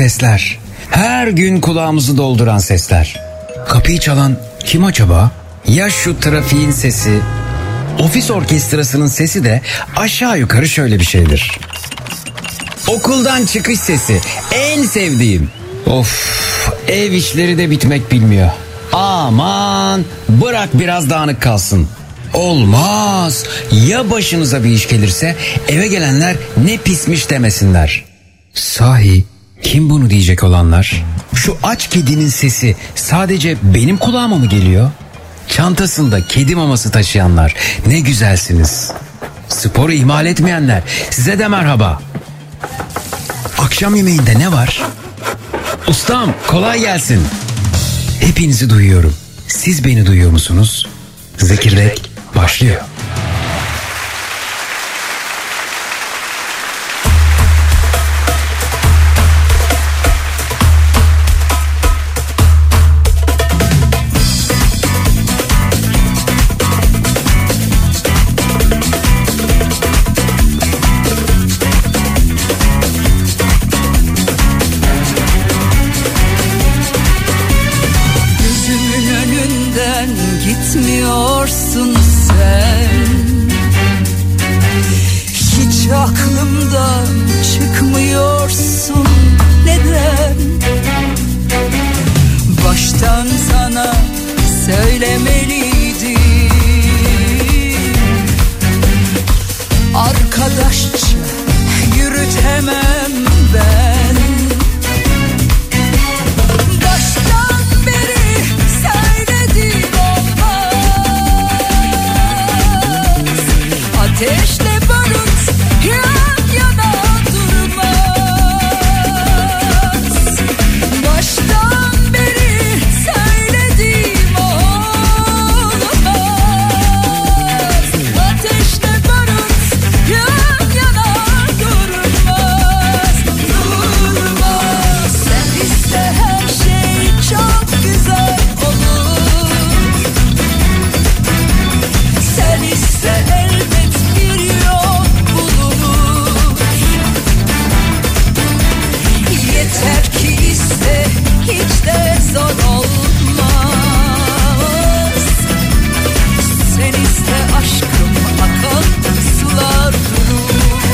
sesler. Her gün kulağımızı dolduran sesler. Kapıyı çalan kim acaba? Ya şu trafiğin sesi? Ofis orkestrasının sesi de aşağı yukarı şöyle bir şeydir. Okuldan çıkış sesi en sevdiğim. Of, ev işleri de bitmek bilmiyor. Aman bırak biraz dağınık kalsın. Olmaz. Ya başınıza bir iş gelirse eve gelenler ne pismiş demesinler. Sahi kim bunu diyecek olanlar? Şu aç kedinin sesi sadece benim kulağıma mı geliyor? Çantasında kedi maması taşıyanlar ne güzelsiniz. Sporu ihmal etmeyenler size de merhaba. Akşam yemeğinde ne var? Ustam kolay gelsin. Hepinizi duyuyorum. Siz beni duyuyor musunuz? Zekirdek başlıyor. Gitmiyorsun sen, hiç aklımdan çıkmıyorsun. Neden? Baştan sana söylemeliydim. Arkadaşça yürütemem ben. Baştan beri söyledim. Ateşle barut yan yana durmaz. Baştan beri söyledim olmaz. Ateşle barut yan yana durmaz. Durmaz. Sen iste her şey çok güzel olur. Sen iste elbet bir yol bulunur. Yeter ki iste, hiç de zor olmaz. Sen iste aşkım, akan sular durur.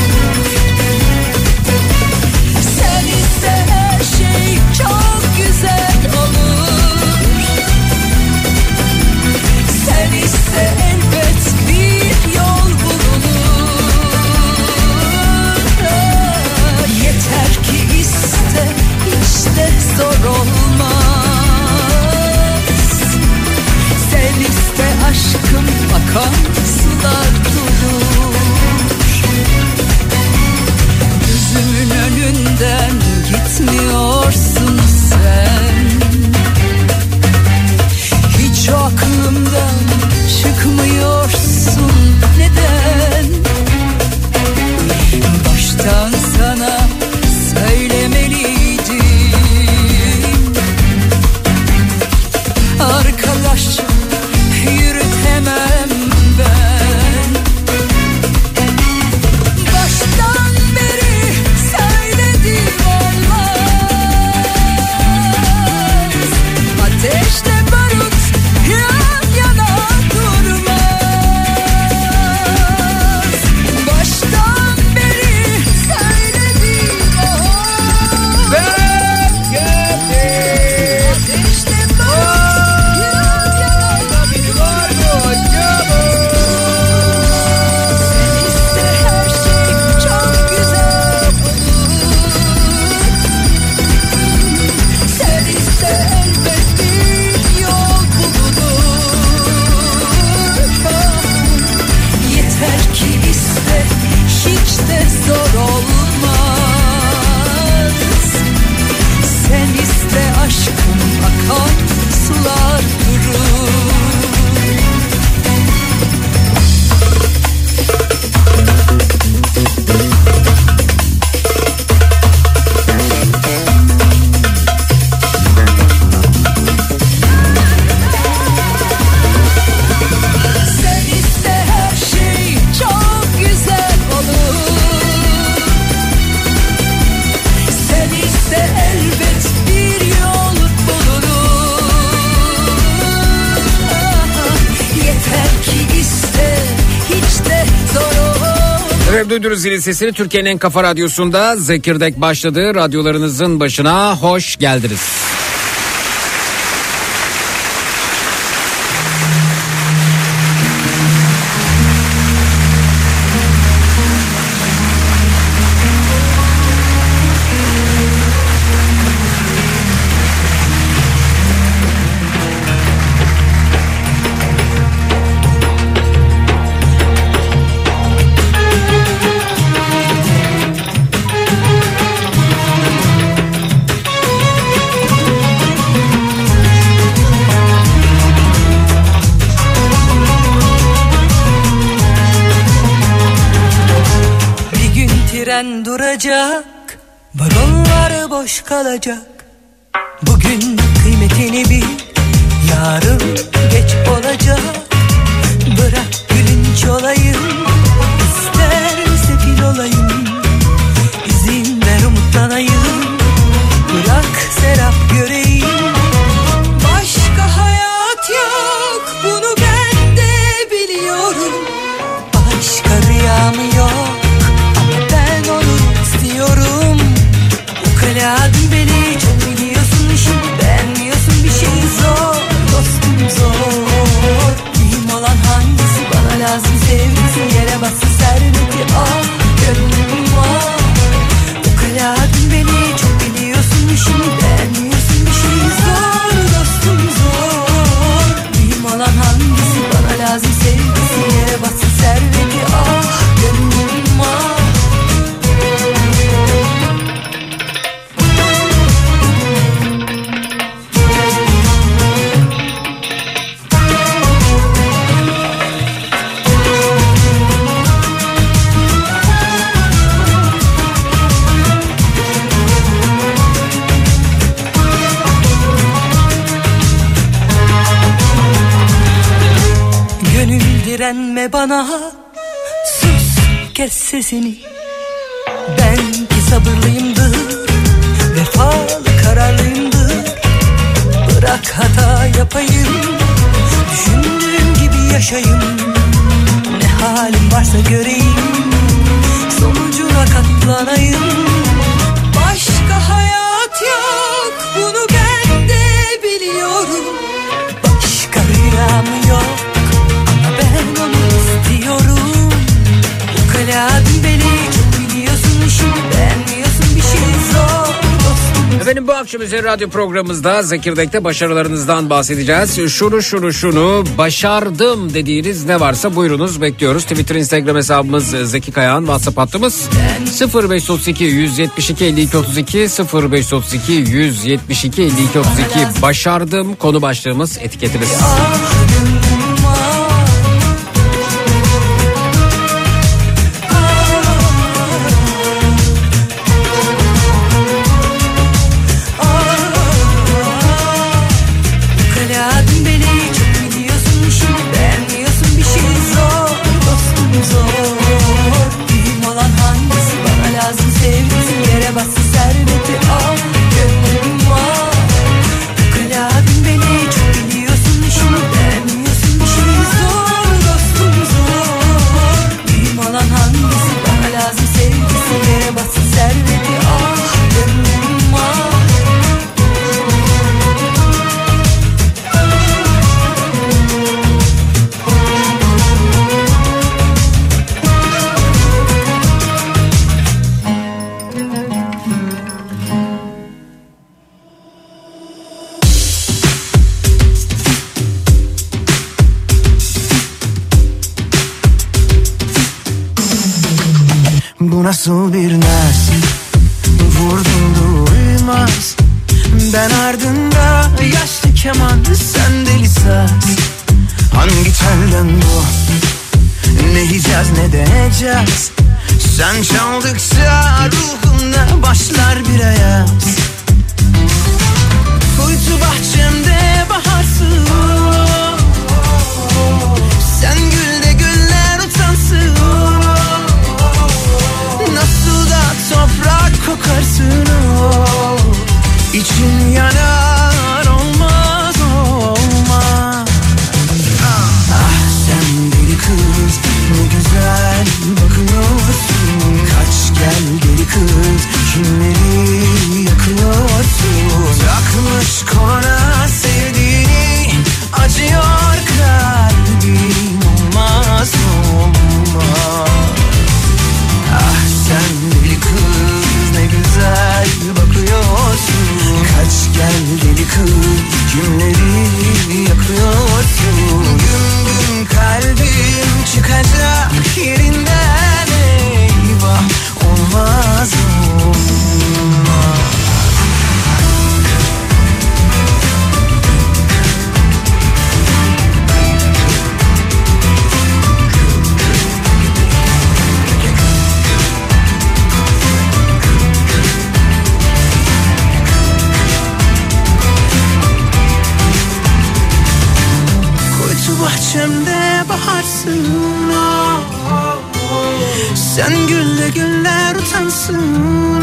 Sen iste her şey çok güzel olur. Sen iste elbet bir yol bulunur. Yeter ki iste, hiç de zor olmaz. Sen iste aşkım, akan sular durur. Gözümün önünden gitmiyorsun sen, hiç aklımdan çıkmıyorsun. Neden? Baştan sana söylemeliydim. Arkadaşça yürütemem ben. Baştan beri söyledim. Efendim duydunuz zilin sesini, Türkiye'nin en kafa radyosunda Zekirdek başladı. Radyolarınızın başına hoş geldiniz. Duracak, vagonlar boş kalacak. Bugün kıymetini bil, yarın geç olacak. Bırak gülünç olayım, ister sefil olayım. İzin ver umutlanayım, bırak serap göreyim. Başka hayat yok, bunu ben de biliyorum. Başka rüyam yok, ukaladım beni, çok biliyorsun, şimdi beğenmiyorsun, bir şey zor, dostum zor. Mühim olan hangisi, bana lazım sevgisi, yere bassın serveti, ah gönlüm var. Ukaladım beni, çok biliyorsun, şimdi beğenmiyorsun, bir şey zor, dostum zor. Mühim olan hangisi, bana lazım sevgisi, yere bassın serveti, ah gönlüm var. Direnme bana, sus kes sesini. Ben ki sabırlıyımdır, vefalı kararlıyımdır. Bırak hata yapayım, düşündüğüm gibi yaşayayım. Ne halim varsa göreyim, sonucuna katlanayım. Başka hayat yok, bunu ben de biliyorum. Başka rüyam yok, ben onu istiyorum. Ukaladım beni, çok biliyorsun, şimdi beğenmiyorsun, bir şey zor, dostum. Efendim bu akşam üzeri radyo programımızda Zekirdek'te başarılarınızdan bahsedeceğiz. Şunu başardım dediğiniz ne varsa buyurunuz, bekliyoruz. Twitter, Instagram hesabımız Zeki Kayağan, WhatsApp hattımız 0532 172 52 32 0532 172 52 32. Başardım konu başlığımız, etiketimiz. Bu nasıl bir naz, vurdum duymaz. Ben ardında yaşlı keman, sen deli saz. Hangi telden bu, ne yiyeceğiz ne deneyeceğiz. Sen çaldıkça ruhumda başlar bir ayaz. Kuytu bahçemde baharsın, sen gül de güller utansın. Nasıl da toprak kokarsın, İçin yanar, olmaz olmaz. Ah sen deli kız, ne güzel bakıyorsun. bahçemde baharsın. Sen gülle güller utansın.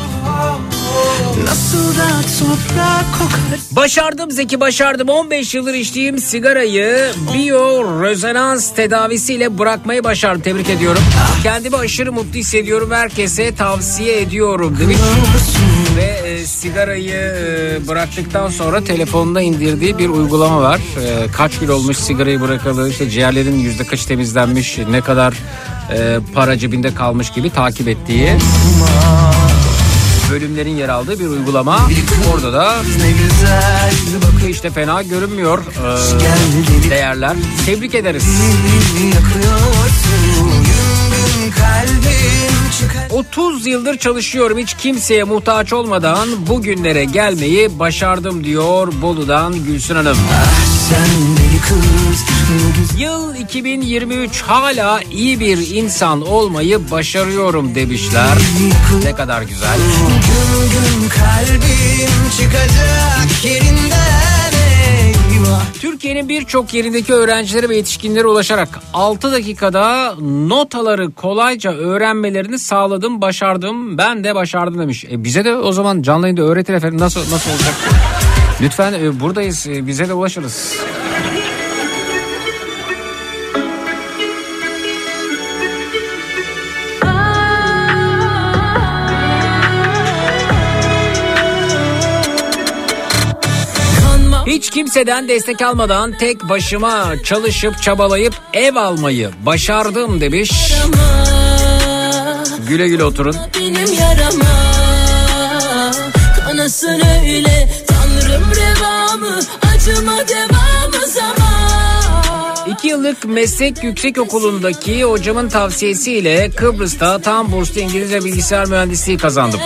Nasıl da toprak kokar. Başardım Zeki, başardım. 15 yıldır içtiğim sigarayı biyorezonans tedavisiyle bırakmayı başardım. Tebrik ediyorum. Kendimi aşırı mutlu hissediyorum. Herkese tavsiye ediyorum demiş. Ve sigarayı bıraktıktan sonra telefonuna indirdiği bir uygulama var. Kaç gün olmuş sigarayı bırakalı, işte ciğerlerin yüzde kaç temizlenmiş, ne kadar para cebinde kalmış gibi takip ettiği bölümlerin yer aldığı bir uygulama. Orada da hiç de fena görünmüyor değerler. Tebrik ederiz. 30 yıldır çalışıyorum, hiç kimseye muhtaç olmadan bugünlere gelmeyi başardım diyor Bolu'dan Gülsün Hanım. Yıl 2023, hala iyi bir insan olmayı başarıyorum demişler. Ne kadar güzel. Türkiye'nin birçok yerindeki öğrencilere ve yetişkinlere ulaşarak 6 dakikada notaları kolayca öğrenmelerini sağladım, başardım. Ben de başardım demiş. Bize de o zaman canlı yayında öğretir efendim. Nasıl olacak? Lütfen buradayız. Bize de ulaşırız. Hiç kimseden destek almadan tek başıma çalışıp çabalayıp ev almayı başardım demiş. Güle güle oturun. Benim yarama kanasın öyle Tanrım revamı, acıma devamı zaman. 2 yıllık meslek yüksekokulundaki hocamın tavsiyesiyle Kıbrıs'ta tam burslu İngilizce bilgisayar mühendisliği kazandım.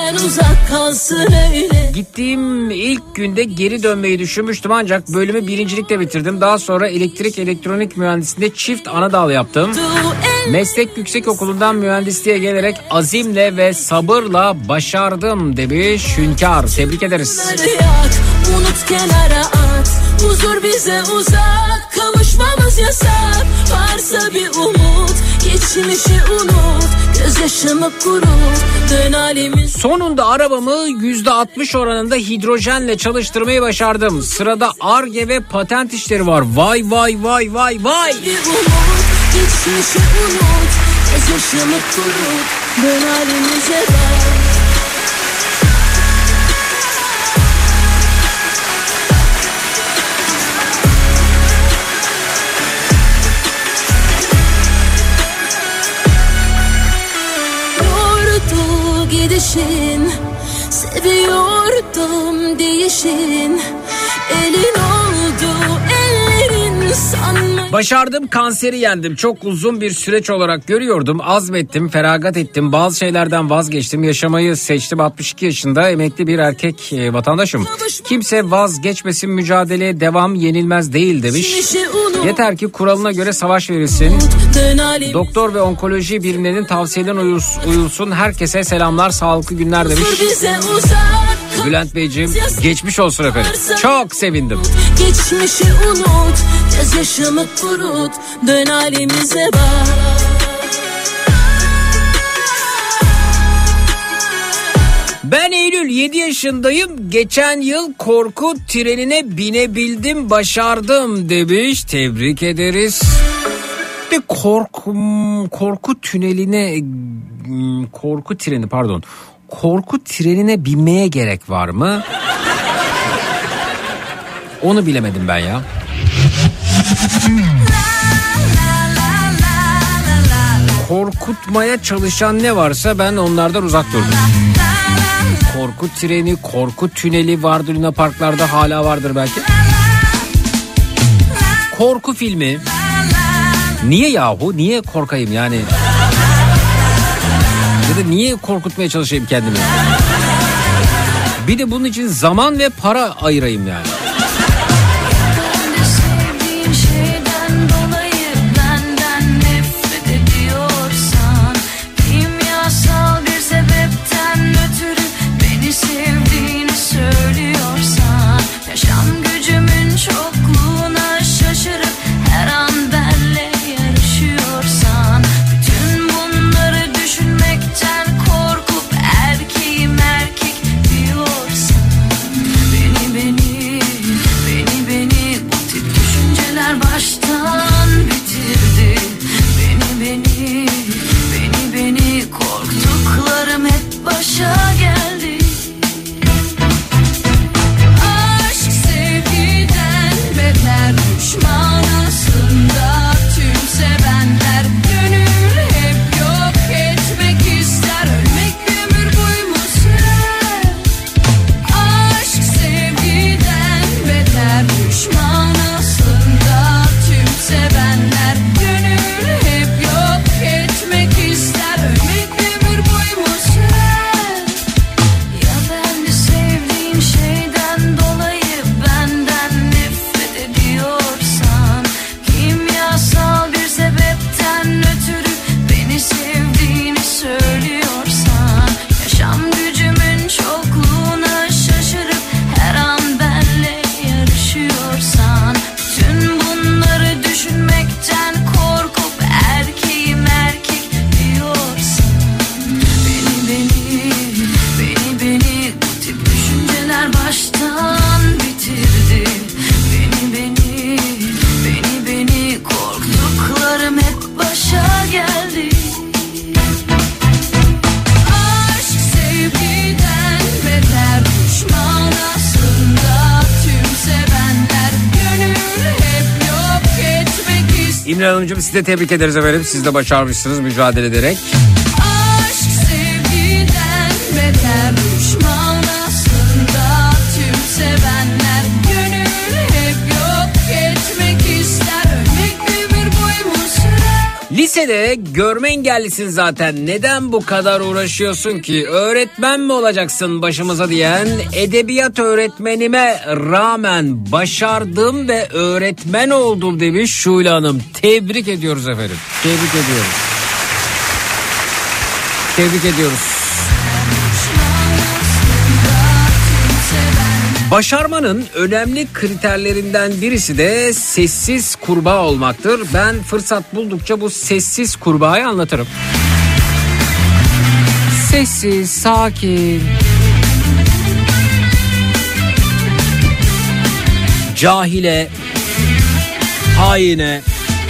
Gittiğim ilk günde geri dönmeyi düşünmüştüm ancak bölümü birincilikle bitirdim. Daha sonra elektrik elektronik mühendisliğinde çift ana dal yaptım. Meslek yüksekokulundan mühendisliğe gelerek azimle ve sabırla başardım demiş Hünkar. Tebrik ederiz. Unut kenara at, huzur bize uzak, kavuşmamız yasak. Varsa bir umut, geçmişi unut, gözyaşımı kurut, dön halimiz. Sonunda arabamı %60 oranında hidrojenle çalıştırmayı başardım. Sırada Ar-Ge ve patent işleri var. Vay vay vay vay vay. Bir umut, geçmişi unut, gözyaşımı kurut, dön halimize bak. Gidişin, seviyordum değişin, elin oldu ellerin sanma. Başardım, kanseri yendim. Çok uzun bir süreç olarak görüyordum. Azmettim, feragat ettim. Bazı şeylerden vazgeçtim. Yaşamayı seçtim. 62 yaşında emekli bir erkek vatandaşım. Kimse vazgeçmesin, mücadeleye devam yenilmez değil demiş. Yeter ki kuralına göre savaş verilsin. Doktor ve onkoloji birimlerinin tavsiyelerine uyulsun. Herkese selamlar, sağlıklı günler demiş. Bülent Beyciğim, geçmiş olsun efendim. Çok sevindim. Geçmişi unut, gözyaşımı kurut, dön halimize bak. Ben Eylül, 7 yaşındayım. Geçen yıl korku trenine binebildim, başardım demiş. Tebrik ederiz. De korku trenine binmeye gerek var mı? Onu bilemedim ben ya. Korkutmaya çalışan ne varsa ben onlardan uzak durdum. Korku treni, korku tüneli vardır Luna Parklarda, hala vardır belki. Korku filmi. Niye yahu? Niye korkayım yani? Ya da niye korkutmaya çalışayım kendimi? Bir de bunun için zaman ve para ayırayım yani. Yaşam gücümün çokluğuna şaşırıp her an İmran Hanımcığım sizi de tebrik ederiz efendim. Siz de başarmışsınız mücadele ederek. Aşk sevgiden beter düşman aslında tüm sevenler. Gönül hep yok etmek ister, ölmek ömür boyu mu sürer? Lisede görme engellisin zaten. Neden bu kadar uğraşıyorsun ki? Öğretmen mi olacaksın başımıza diyen edebiyat öğretmenime rağmen başardım ve öğretmen oldum demiş Şule Hanım. Tebrik ediyoruz efendim. Tebrik ediyoruz. Tebrik ediyoruz. Başarmanın önemli kriterlerinden birisi de sessiz kurbağa olmaktır. Ben fırsat buldukça bu sessiz kurbağayı anlatırım. Sessiz, sakin. Cahile, haine,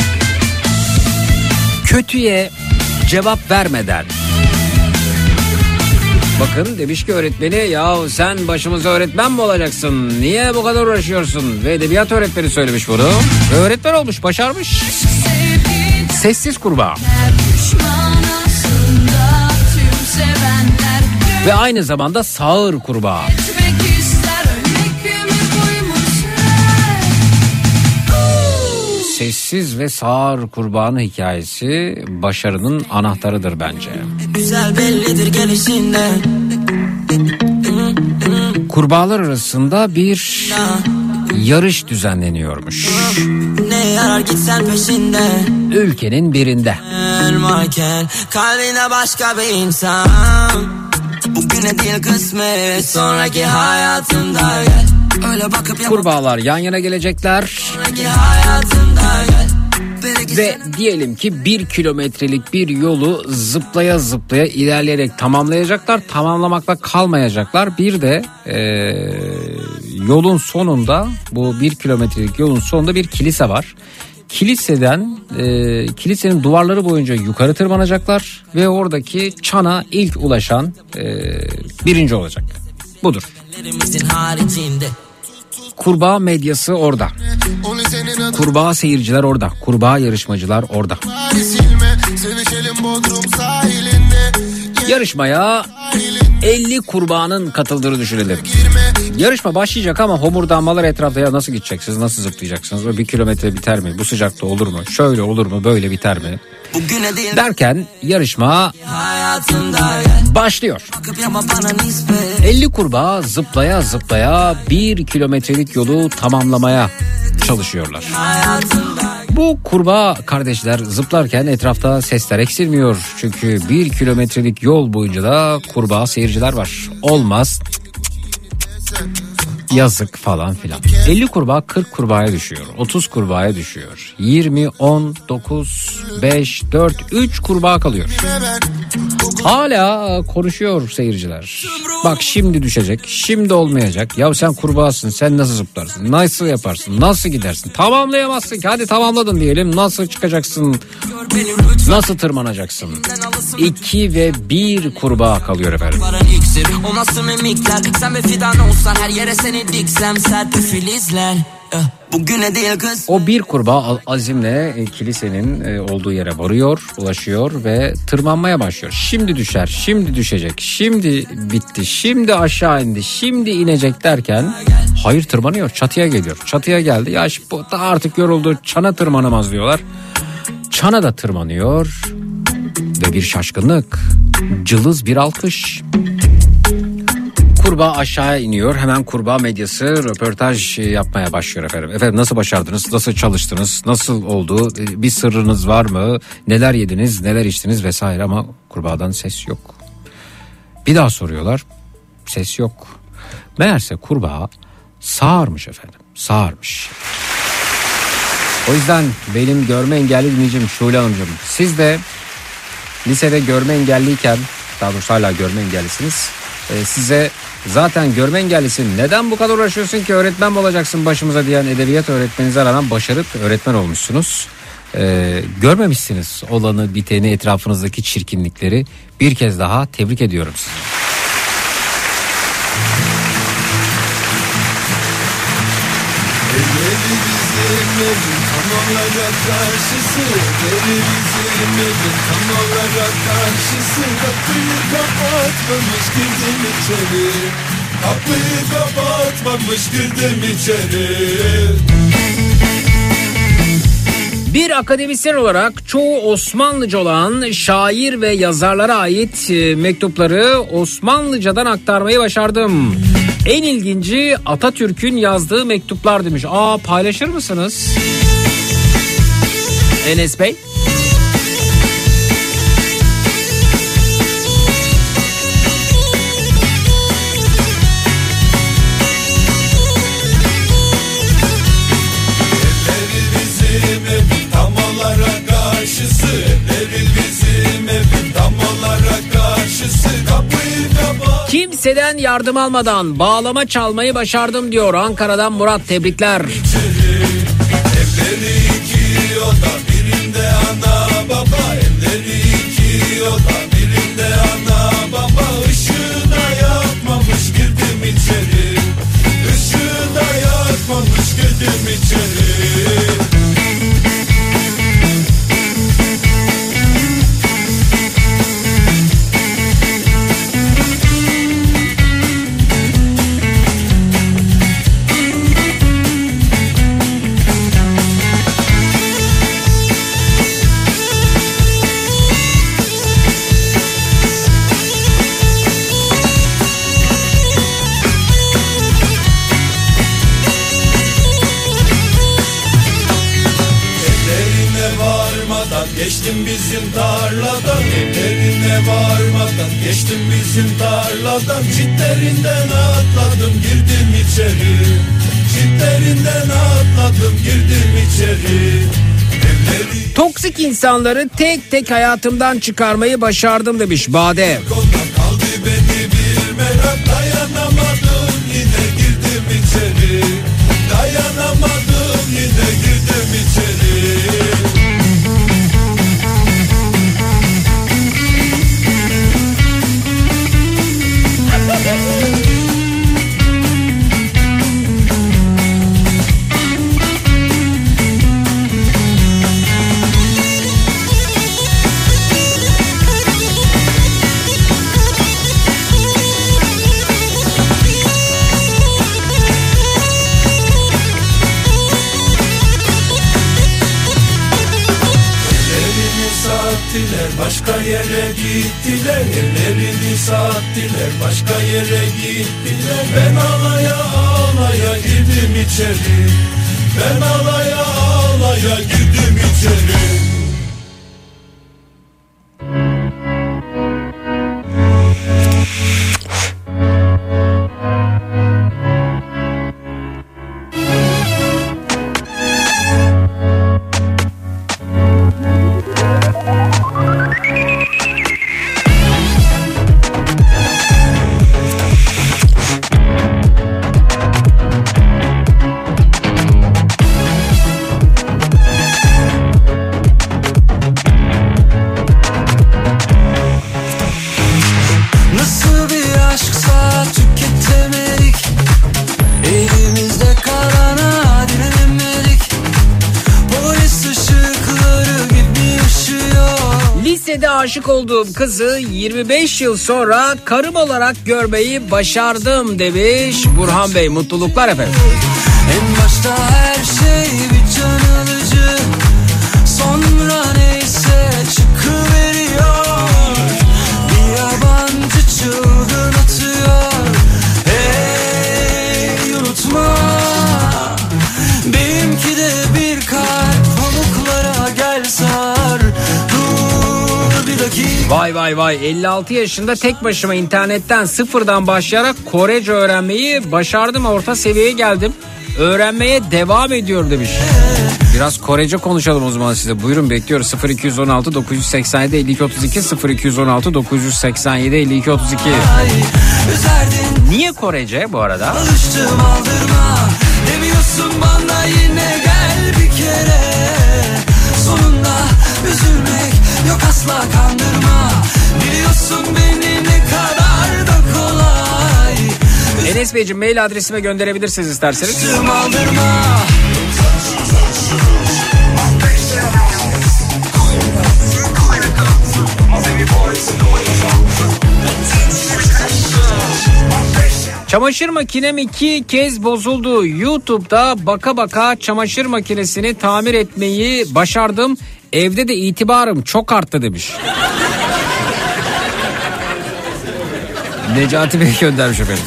kötüye cevap vermeden. Bakın demiş ki öğretmeni, ya sen başımıza öğretmen mi olacaksın? Niye bu kadar uğraşıyorsun? Ve edebiyat öğretmeni söylemiş bunu. Ve öğretmen olmuş, başarmış. Sessiz kurbağa. Ve aynı zamanda sağır kurbağa. Sessiz ve sağır kurbağanın hikayesi başarının anahtarıdır bence. Güzel bellidir gelişinden. Kurbağalar arasında bir yarış düzenleniyormuş. Ne yarar gitsen peşinden. Ülkenin birinde. Varken kalbine başka bir insan. Bugüne değil kısmet, sonraki hayatında gel. Öyle bakıp kurbağalar yan yana gelecekler. Sonraki hayatında gel. Ve diyelim ki 1 kilometrelik bir yolu zıplaya zıplaya ilerleyerek tamamlayacaklar. Tamamlamakla kalmayacaklar. Bir de yolun sonunda, bu 1 kilometrelik yolun sonunda bir kilise var. Kilisenin duvarları boyunca yukarı tırmanacaklar ve oradaki çana ilk ulaşan birinci olacak. Budur. Kurbağa medyası orada. Kurbağa seyirciler orada. Kurbağa yarışmacılar orada. Yarışmaya 50 kurbağanın katıldığını düşünelim. Yarışma başlayacak ama homurdanmalar etrafta, ya nasıl gideceksiniz, nasıl zıplayacaksınız, o 1 kilometre biter mi, bu sıcakta olur mu, şöyle olur mu, böyle biter mi derken yarışma başlıyor. 50 kurbağa zıplaya zıplaya 1 kilometrelik yolu tamamlamaya çalışıyorlar. Bu kurbağa kardeşler zıplarken etrafta sesler eksilmiyor. Çünkü 1 kilometrelik yol boyunca da kurbağa seyirciler var. Olmaz, yazık falan filan. 50 kurbağa 40 kurbağaya düşüyor. 30 kurbağaya düşüyor. 20, 10, 9, 5, 4, 3 kurbağa kalıyor. Hala konuşuyor seyirciler. Bak şimdi düşecek, şimdi olmayacak. Ya sen kurbağasın, sen nasıl zıplarsın, nasıl yaparsın, nasıl gidersin? Tamamlayamazsın ki, hadi tamamladın diyelim. Nasıl çıkacaksın, nasıl tırmanacaksın? 2 ve 1 kurbağa kalıyor efendim. O nasıl mimikler, sen bir fidan olsan her yere seni diksem sert bir filizler. Bugüne değil kız. O bir kurbağa azimle kilisenin olduğu yere varıyor, ulaşıyor ve tırmanmaya başlıyor. Şimdi düşer, şimdi düşecek, şimdi bitti, şimdi aşağı indi, şimdi inecek derken hayır, tırmanıyor, çatıya geliyor. Çatıya geldi, ya bu da artık yoruldu, çana tırmanamaz diyorlar. Çana da tırmanıyor ve bir şaşkınlık, cılız bir alkış. Kurbağa aşağıya iniyor. Hemen kurbağa medyası röportaj yapmaya başlıyor efendim. Efendim nasıl başardınız? Nasıl çalıştınız? Nasıl oldu? Bir sırrınız var mı? Neler yediniz? Neler içtiniz? Vesaire, ama kurbağadan ses yok. Bir daha soruyorlar. Ses yok. Meğerse kurbağa sağırmış efendim. Sağırmış. O yüzden benim görme engelli dinleyicim Şule Hanımcığım, siz de lisede görme engelliyken, daha doğrusu hala görme engellisiniz, size zaten görme engellisin, neden bu kadar uğraşıyorsun ki, öğretmen mi olacaksın başımıza diyen edebiyat öğretmeninize rağmen başarıp öğretmen olmuşsunuz. Görmemişsiniz olanı biteni, etrafınızdaki çirkinlikleri. Bir kez daha tebrik ediyorum sizi. Elleri bizi bizim evin tam olarak karşısı. Evleri bizim evin tam olarak karşısı. Kapıyı kapatmamış girdim içeri. Kapıyı kapatmamış girdim içeri. Bir akademisyen olarak çoğu Osmanlıca olan şair ve yazarlara ait mektupları Osmanlıcadan aktarmayı başardım. En ilginci Atatürk'ün yazdığı mektuplar demiş. Paylaşır mısınız Enes Bey? Kimseden yardım almadan bağlama çalmayı başardım diyor Ankara'dan Murat, tebrikler. Evleri iki oda, birinde ana baba. Evleri iki oda, birinde ana baba. Işığına yakmamış girdim içeri. Işığına yakmamış girdim içeri. Geçtim bizim tarladan, evlerine varmadan. Geçtim bizim tarladan, çitlerinden atladım girdim içeri. Çitlerinden atladım girdim içeri. Evleri... Toksik insanları tek tek hayatımdan çıkarmayı başardım demiş Bade. Kaldı beni bir merak, dayanamadım yine girdim içeri. Dayanamadım yine girdim içeri. Başka yere gittiler, evlerini sattılar, başka yere gittiler. Ben ağlaya ağlaya girdim içeri. Ben ağlaya ağlaya girdim içeri. Aşık olduğum kızı 25 yıl sonra karım olarak görmeyi başardım demiş Burhan Bey. Mutluluklar efendim. En başta her şey bir can alıcı, sonra neyse çıkıveriyor. Bir yabancı çılgın atıyor. Hey unutma, benimki de bir kalp pamuklara gel sar. Vay vay vay, 56 yaşında tek başıma internetten sıfırdan başlayarak Korece öğrenmeyi başardım, orta seviyeye geldim. Öğrenmeye devam ediyorum demiş. Biraz Korece konuşalım o zaman size. Buyurun, bekliyoruz. 0216 987 52 32 0216 987 52 32. Niye Korece bu arada? Alıştım aldırma, demiyorsun bana yine gel bir kere. Sonunda üzülmek yok, asla kandırma. Biliyorsun beni ne kadar da kolay. Enes Beyciğim, mail adresime gönderebilirsiniz isterseniz. Aldırma. Çamaşır makinem 2 kez bozuldu. YouTube'da baka baka çamaşır makinesini tamir etmeyi başardım. Evde de itibarım çok arttı demiş. Necati Bey göndermiş efendim.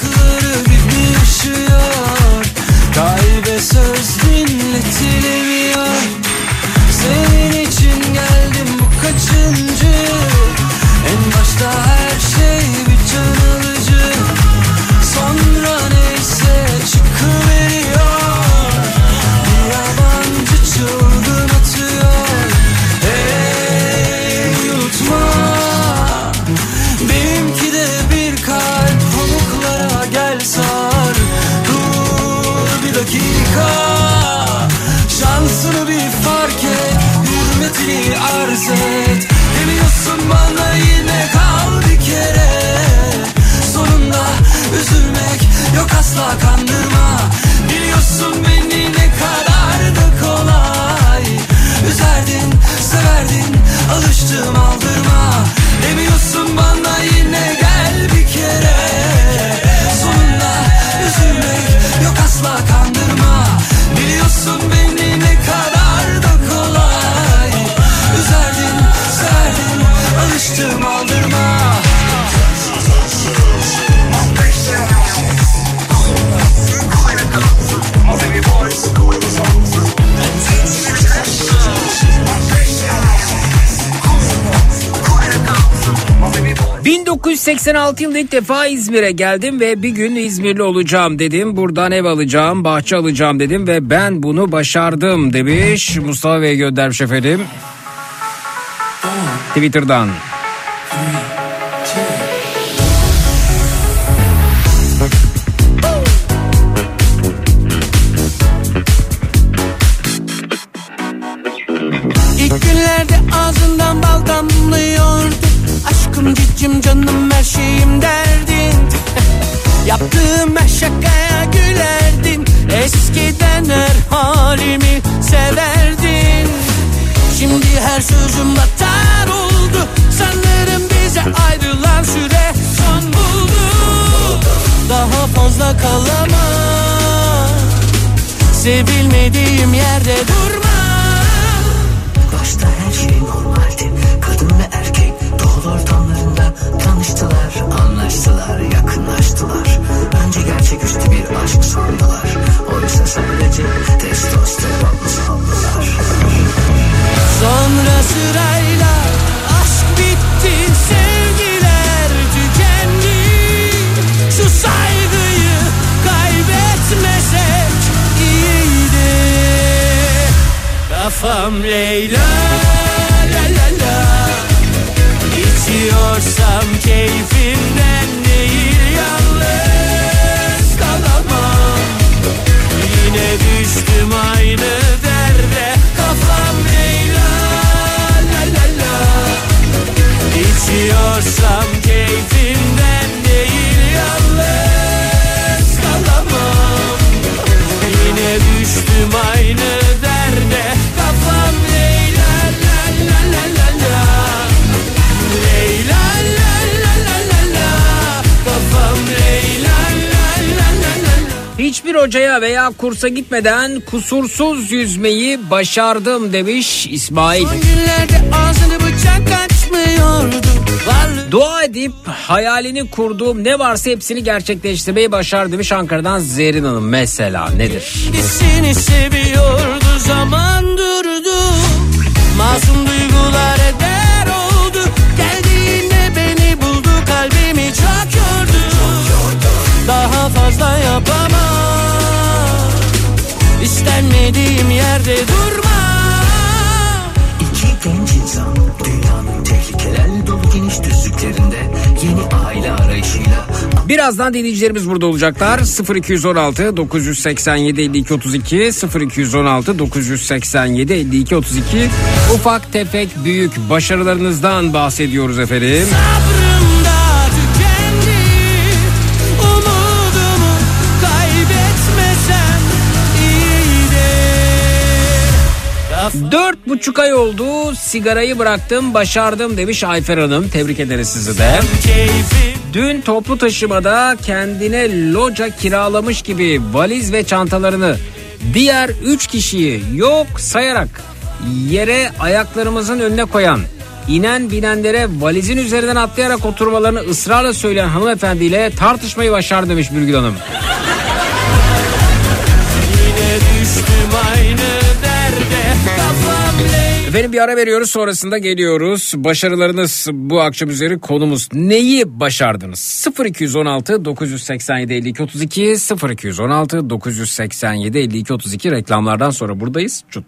Kalbe söz dinletilemiyor. Senin için geldim bu kaçıncı? En başta her şey bir can alıcı. Sonra neyse çıkıveriyor. Bir yabancı çılgın atıyor. Hey unutma, benimki de bir kalp pamuklara gel sar. Dur bir dakika, şansını bir fark et, hürmetini arz et. Demiyorsun bana yine kal bir kere. Sonunda üzülmek yok asla kandırma. Biliyorsun beni ne kadar da kolay üzerdin, severdin, alıştım aldırma. Demiyorsun bana yine gel bir kere. Sonunda üzülmek yok asla kandırma. Biliyorsun beni ne kadar da kolay üzerdin, severdin, alıştım aldırma. 1986 yılında ilk defa İzmir'e geldim ve bir gün İzmirli olacağım dedim. Buradan ev alacağım, bahçe alacağım dedim ve ben bunu başardım demiş. Mustafa Bey göndermiş efendim. Twitter'dan. İlk günlerde ağzından bal damlıyordu. Aşkım cicim canım her şeyim derdin. Yaptığım her şakaya gülerdin. Eskiden her halimi severdin. Şimdi her sözüm batar oldu. Sanırım bize ayrılan süre son buldu. Daha fazla kalamam. Sevilmediğim yerde durma. Başta her şey normaldi. Kadın ve erkek doğal ortamlarında tanıştılar, anlaştılar, yakınlaştılar. Önce gerçeküstü bir aşk sandılar. Oysa sadece testosteron sandılar. Sonra sırayla aşk bitti, sevgiler tükendi. Şu saygıyı kaybetmesek iyiydi. Kafam Leyla la la la. İçiyorsam keyfimden değil, yalnız kalamam. Yine düştüm aynı derde. Kafam Leyla la la la. İçiyorsam keyfimden değil, yalnız kalamam. Yine düştüm aynı derde. Kafam Leyla la la la la la. Leyla la la la la la. Kafam Leyla la la la la la. Hiçbir hocaya veya kursa gitmeden kusursuz yüzmeyi başardım demiş İsmail. Son günlerde ağzını bıçak açmıyordu. Dua edip hayalini kurduğum ne varsa hepsini gerçekleştirmeyi başardı demiş Ankara'dan Zerrin Hanım. Mesela nedir? Seni seviyordu, zaman durdu. Masum duygular eder oldu. Geldiğinde beni buldu, kalbimi çok yordu. Daha fazla yapamam. İstenmediğim yerde durma. İki genç insan dünyanın tehlikelerle dolu geniş düzlüklerinde yeni aile arayışıyla. Birazdan dinleyicilerimiz burada olacaklar. 0216 987 52 32 0216 987 52 32 ufak tefek büyük başarılarınızdan bahsediyoruz efendim. Sabrım da tükendi. Umudumu kaybetmesem iyiydi. 4,5 ay oldu sigarayı bıraktım başardım demiş Ayfer Hanım. Tebrik ederiz sizi de. Keyfim Dün toplu taşımada kendine loca kiralamış gibi valiz ve çantalarını diğer 3 kişiyi yok sayarak yere ayaklarımızın önüne koyan, inen binenlere valizin üzerinden atlayarak oturmalarını ısrarla söyleyen hanımefendiyle tartışmayı başardı demiş Birgül Hanım. Yine düştüm aynı derde. Efendim bir ara veriyoruz, sonrasında geliyoruz. Başarılarınız bu akşam üzeri konumuz. Neyi başardınız? 0216 987 52 32 0216 987 52 32 reklamlardan sonra buradayız. Çut.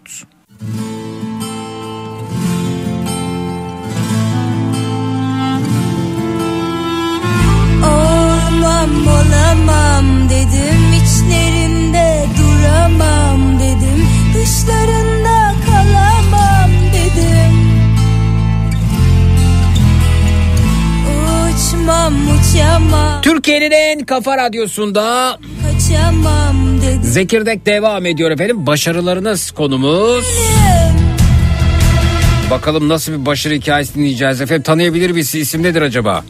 Olmam olamam dedim, içlerinde duramam dedim, dışlarında kalamam dedim. Uçmam uçamam, Türkiye'nin en kafa radyosunda kaçamam dedim. Zekirdek devam ediyor efendim. Başarılarınız konumuz. Bakalım nasıl bir başarı hikayesi dinleyeceğiz efendim. Tanıyabilir miyiz? İsim nedir acaba?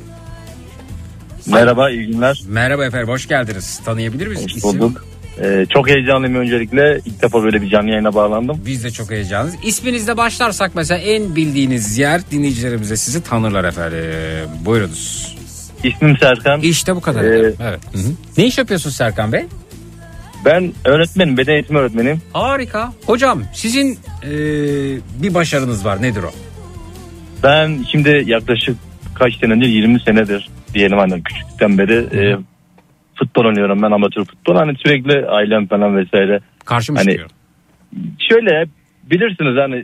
Merhaba, iyi günler. Merhaba efendim, hoş geldiniz. Tanıyabilir miyiz? Hoş bulduk. Çok heyecanlıyım öncelikle. İlk defa böyle bir canlı yayına bağlandım. Biz de çok heyecanlıyız. İsminizle başlarsak mesela en bildiğiniz yer, dinleyicilerimize sizi tanırlar efendim. Buyurunuz. İsmim Serkan. İşte bu kadar. Evet. Hı-hı. Ne iş yapıyorsunuz Serkan Bey? Ben öğretmenim, beden eğitimi öğretmeniyim. Harika. Hocam sizin bir başarınız var, nedir o? Ben şimdi yaklaşık kaç senedir, 20 senedir diyelim, hani küçükten beri futbol oynuyorum ben, amatör futbol. Hani sürekli ailem falan vesaire. Karşı mı hani, çıkıyor? Şöyle bilirsiniz hani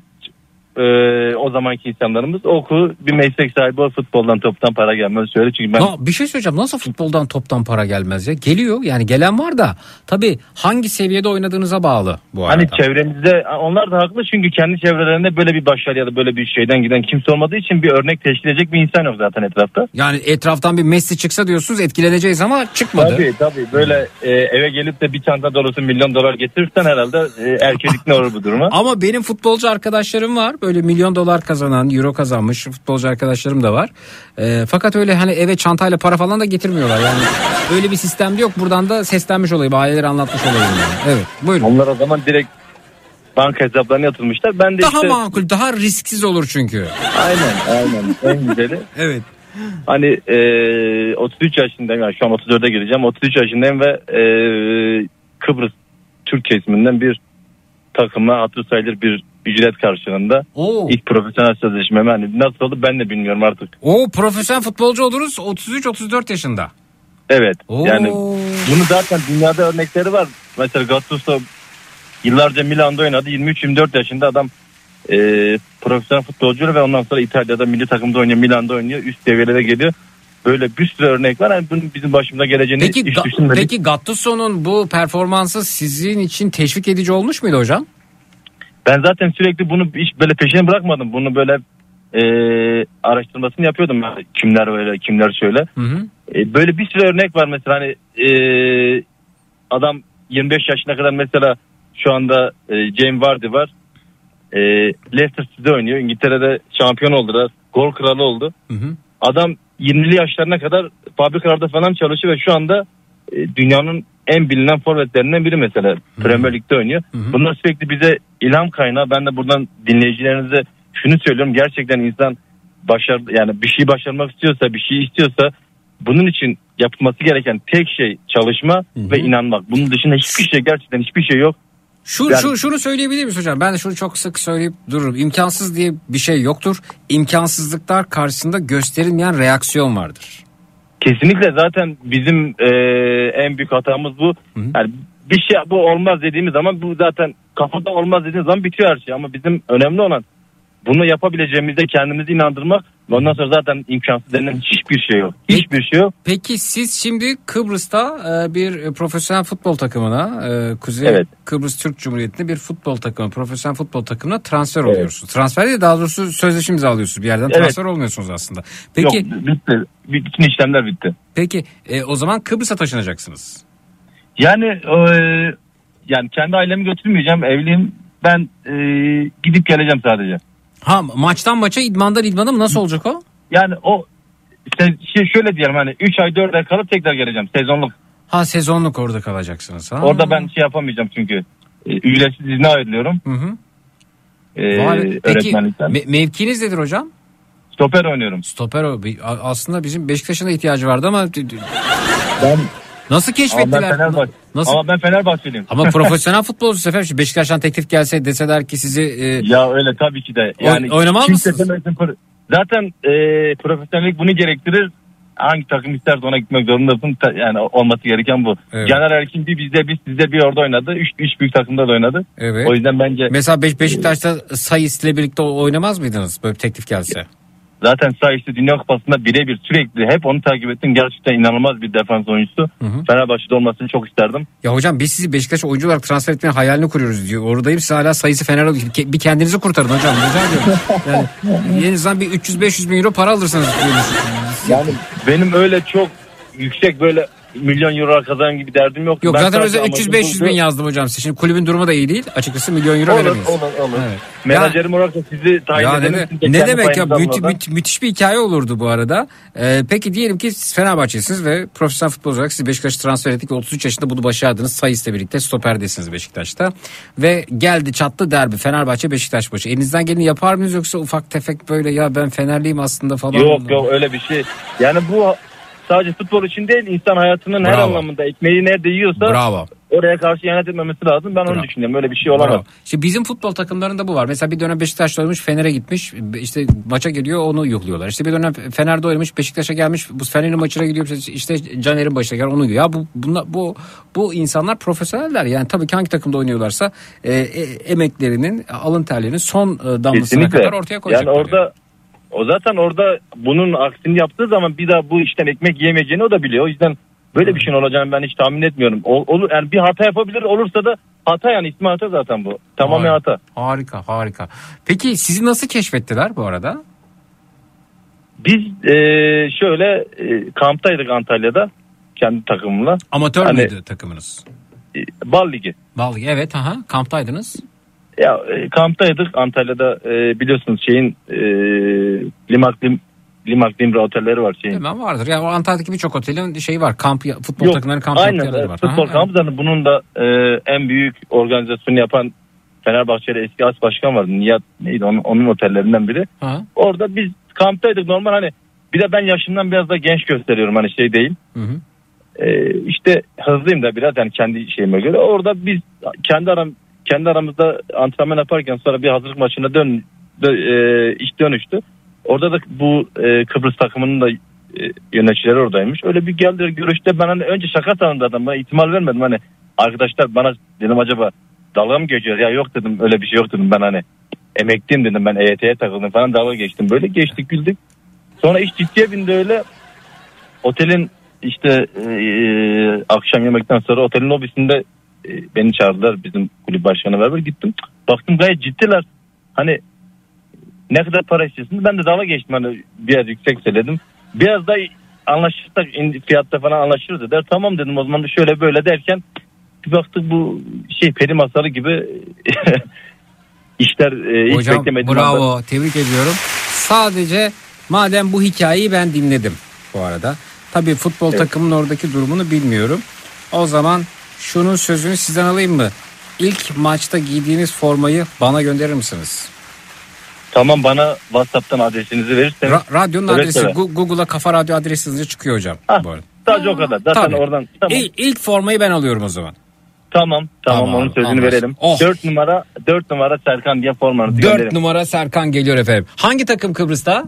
o zamanki insanlarımız oku bir meslek sahibi, o futboldan toptan para gelmez söyle. Çünkü ben Bir şey söyleyeceğim, nasıl futboldan toptan para gelmez ya? Geliyor yani, gelen var da tabii hangi seviyede oynadığınıza bağlı bu arada. hani çevremizde onlar da haklı, çünkü kendi çevrelerinde böyle bir başarı ya da böyle bir şeyden giden kimse olmadığı için bir örnek teşkil edecek bir insan yok zaten etrafta. Yani etraftan bir Messi çıksa diyorsunuz etkileneceğiz ama çıkmadı. Tabii böyle eve gelip de bir çanta dolusu $1.000.000 getirirsen herhalde erkeklik ne olur bu duruma. Ama benim futbolcu arkadaşlarım var. Böyle $1.000.000 kazanan, euro kazanmış futbolcu arkadaşlarım da var. Fakat öyle hani eve çantayla para falan da getirmiyorlar. Yani öyle bir sistem de yok. Buradan da seslenmiş olayım, aileleri anlatmış olayım yani. Evet, buyurun. Onlar o zaman direkt banka hesaplarına yatırmışlar. Ben de daha işte makul, daha risksiz olur çünkü. Aynen en güzeli. Evet. Hani 33 yaşındayım, yani şu an 34'e gireceğim. 33 yaşındayım ve Kıbrıs Türk kesiminden bir takıma hatır sayılır bir ücret karşılığında ilk profesyonel sözleşmemi, hani nasıl oldu ben de bilmiyorum artık. Profesyonel futbolcu oluruz 33-34 yaşında. Evet. Yani bunu zaten dünyada örnekleri var. Mesela Gattuso yıllarca Milan'da oynadı. 23-24 yaşında adam profesyonel futbolcu ve ondan sonra İtalya'da milli takımda oynuyor, Milan'da oynuyor, üst seviyelere geliyor. Böyle bir sürü örnek var. Yani bunun bizim başımıza geleceğini hiç düşünmedik. Peki Gattuso'nun bu performansı sizin için teşvik edici olmuş muydu hocam? Ben zaten sürekli bunu hiç böyle peşine bırakmadım. Bunu böyle araştırmasını yapıyordum. Yani kimler böyle, kimler şöyle. Böyle bir sürü örnek var mesela, hani adam 25 yaşına kadar mesela şu anda Jamie Vardy var. Leicester City'de oynuyor. İngiltere'de şampiyon oldular. Gol kralı oldu. Adam 20'li yaşlarına kadar fabrikalarda falan çalışıyor ve şu anda dünyanın en bilinen forvetlerinden biri mesela. Premier Lig'de oynuyor. Bunlar sürekli bize ilham kaynağı. Ben de buradan dinleyicilerinize şunu söylüyorum. Gerçekten insan yani bir şey başarmak istiyorsa, bir şey istiyorsa bunun için yapılması gereken tek şey çalışma ve inanmak. Bunun dışında hiçbir şey, gerçekten hiçbir şey yok. Şunu söyleyebilir miyiz hocam? Ben de şunu çok sık söyleyip dururum. İmkansız diye bir şey yoktur. İmkansızlıklar karşısında gösterilmeyen reaksiyon vardır. Kesinlikle, zaten bizim en büyük hatamız bu. Yani bir şey bu olmaz dediğimiz zaman, bu zaten kafada olmaz dediğimiz zaman bitiyor her şey. Ama bizim önemli olan bunu yapabileceğimizde kendimizi inandırmak. Ondan sonra zaten imkansız denilen hiçbir şey yok. Hiçbir şey yok. Peki siz şimdi Kıbrıs'ta bir profesyonel futbol takımına, Kuzey Kıbrıs Türk Cumhuriyeti'nde bir futbol takımı, profesyonel futbol takımına transfer oluyorsunuz. Transfer değil, daha doğrusu sözleşme imzalıyorsunuz bir yerden. Transfer olmuyorsunuz aslında. Peki, yok, bitti. Bütün işlemler bitti. Peki o zaman Kıbrıs'a taşınacaksınız. Yani kendi ailemi götürmeyeceğim. Evliyim. Ben gidip geleceğim sadece. Maçtan maça, idmandan idmana mı, nasıl olacak o? Yani o şöyle diyelim hani 3 ay 4 ay kalıp tekrar geleceğim sezonluk. Ha, sezonluk orada kalacaksınız. Ha. Orada ben şey yapamayacağım çünkü ücretsiz izne ayrılıyorum. Peki mevkiniz nedir hocam? Stoper oynuyorum. Stoper aslında bizim Beşiktaş'ın da ihtiyacı vardı ama Ben nasıl keşfettiler? Ama ben Fenerbahçeliyim. Ama profesyonel futbolcu sefer Beşiktaş'tan teklif gelse deseler ki sizi ya öyle tabii ki de. Yani oynamaz mısınız? Zaten profesyonellik bunu gerektirir. Hangi takım isterse ona gitmek zorundasın. Yani olması gereken bu. Evet. Caner Erkin bir bizde bir sizde bir orada oynadı. Üç büyük takımda da oynadı. Evet. O yüzden bence. Mesela Beşiktaş'ta Sayıs ile birlikte oynamaz mıydınız böyle bir teklif gelse? Zaten Sayıs'ta Dünya Kupası'nda birebir sürekli hep onu takip ettim. Gerçekten inanılmaz bir defans oyuncusu. Fenerbahçe'de olmasını çok isterdim. Ya hocam biz sizi Beşiktaş oyuncu olarak transfer etmenin hayalini kuruyoruz diyor. Oradayım, siz hala Sayıs'ı Fener bir kendinizi kurtarın hocam. Yani en azından bir 300-500 bin euro para alırsınız. Yani benim öyle çok yüksek böyle milyon euro kazanım gibi derdim yok. Yok, zaten özel 300-500 bin yazdım hocam size. Şimdi kulübün durumu da iyi değil. Açıkçası milyon euro veremeyiz. Olur. Evet. Menajerim olarak da sizi tayin edelim. Ne demek ya, müthiş bir hikaye olurdu bu arada. Peki diyelim ki siz Fenerbahçe'siniz ve profesyonel futbolcu olarak siz Beşiktaş'ı transfer ettik ve 33 yaşında bunu başardınız. Sayıs'la birlikte stoperdesiniz Beşiktaş'ta. Ve geldi çattı derbi Fenerbahçe Beşiktaş maçı. Elinizden geleni yapar mısınız yoksa ufak tefek böyle ya ben Fenerliyim aslında falan? Yok öyle bir şey. Yani bu sadece futbol için değil, insan hayatının her anlamında ekmeği nerede yiyorsa oraya karşı ihanet etmemesi lazım. Ben onu düşünüyorum. Öyle bir şey olamaz. İşte bizim futbol takımlarında bu var. Mesela bir dönem Beşiktaş'ta oynamış, Fener'e gitmiş. İşte maça geliyor, onu yuhluyorlar. İşte bir dönem Fener'de oynamış, Beşiktaş'a gelmiş. Bu Fener'in maçına gidiyor. İşte Caner'in başına gel, onu yuhluyor. Ya bu insanlar profesyoneller. Yani tabii ki hangi takımda oynuyorlarsa emeklerinin, alın terlerinin son damlasına kadar ortaya koyacaklar. Yani orada o zaten orada bunun aksini yaptığı zaman bir daha bu işten ekmek yiyemeyeceğini o da biliyor. O yüzden böyle bir şeyin olacağını ben hiç tahmin etmiyorum. Yani bir hata yapabilir, olursa da hata, yani ismi hata zaten bu. Tamamen hata. Harika. Peki sizi nasıl keşfettiler bu arada? Biz şöyle kamptaydık Antalya'da kendi takımımla. Amatör müydü takımınız? Bal Ligi. Bal Ligi, evet, kamptaydınız. Ya kamptaydık Antalya'da, biliyorsunuz şeyin Limak Limra otelleri var şeyin. Hemen vardır. Yani o Antalya'daki birçok otelin şeyi var. Futbol takımlarının kamp yerleri var. Futbol kampı, bunun da en büyük organizasyonu yapan Fenerbahçe'de eski as başkan vardı. Nihat neydi, onun otellerinden biri. Orada biz kamptaydık normal, hani bir de ben yaşımdan biraz da genç gösteriyorum, hani şey değil. İşte hızlıyım da biraz, yani kendi şeyime göre. Orada biz kendi aramızda antrenman yaparken sonra bir hazırlık maçına iş dönüştü. Orada da bu Kıbrıs takımının da yöneticileri oradaymış. Öyle bir geldi görüşte, ben hani önce şaka sandım adam, ben ihtimal vermedim, hani arkadaşlar bana dedim acaba dalga mı geçiyor, ya yok dedim, öyle bir şey yok dedim, ben hani emekliyim dedim, ben EYT'ye takıldım falan, dalga geçtim, böyle geçtik güldük. Sonra iş ciddiye bindi öyle. Otelin işte akşam yemekten sonra otelin lobisinde beni çağırdılar, bizim kulüp başkanı beraber gittim. Baktım gayet ciddiler. Hani ne kadar para istiyorsunuz? Ben de dalga geçtim, hani biraz yüksek söyledim. Biraz da anlaşırsak fiyatta falan anlaşırız dediler. Tamam dedim, o zaman da şöyle böyle derken bir baktık bu peri masalı gibi işler hiç beklemedim. Hocam bravo, tebrik ediyorum. Sadece madem bu hikayeyi ben dinledim bu arada. Tabii futbol takımının oradaki durumunu bilmiyorum. O zaman şunun sözünü sizden alayım mı? İlk maçta giydiğiniz formayı bana gönderir misiniz? Tamam, bana WhatsApp'tan adresinizi verirseniz. Radyonun adresi Google'a Kafa Radyo adresi hızlıca çıkıyor hocam. Bu arada. Sadece o kadar. Zaten tabii. Oradan. Tamam. İlk formayı ben alıyorum o zaman. Tamam onun sözünü verelim. 4 numara Serkan diye formanızı 4 gönderelim. 4 numara Serkan geliyor efendim. Hangi takım Kıbrıs'ta?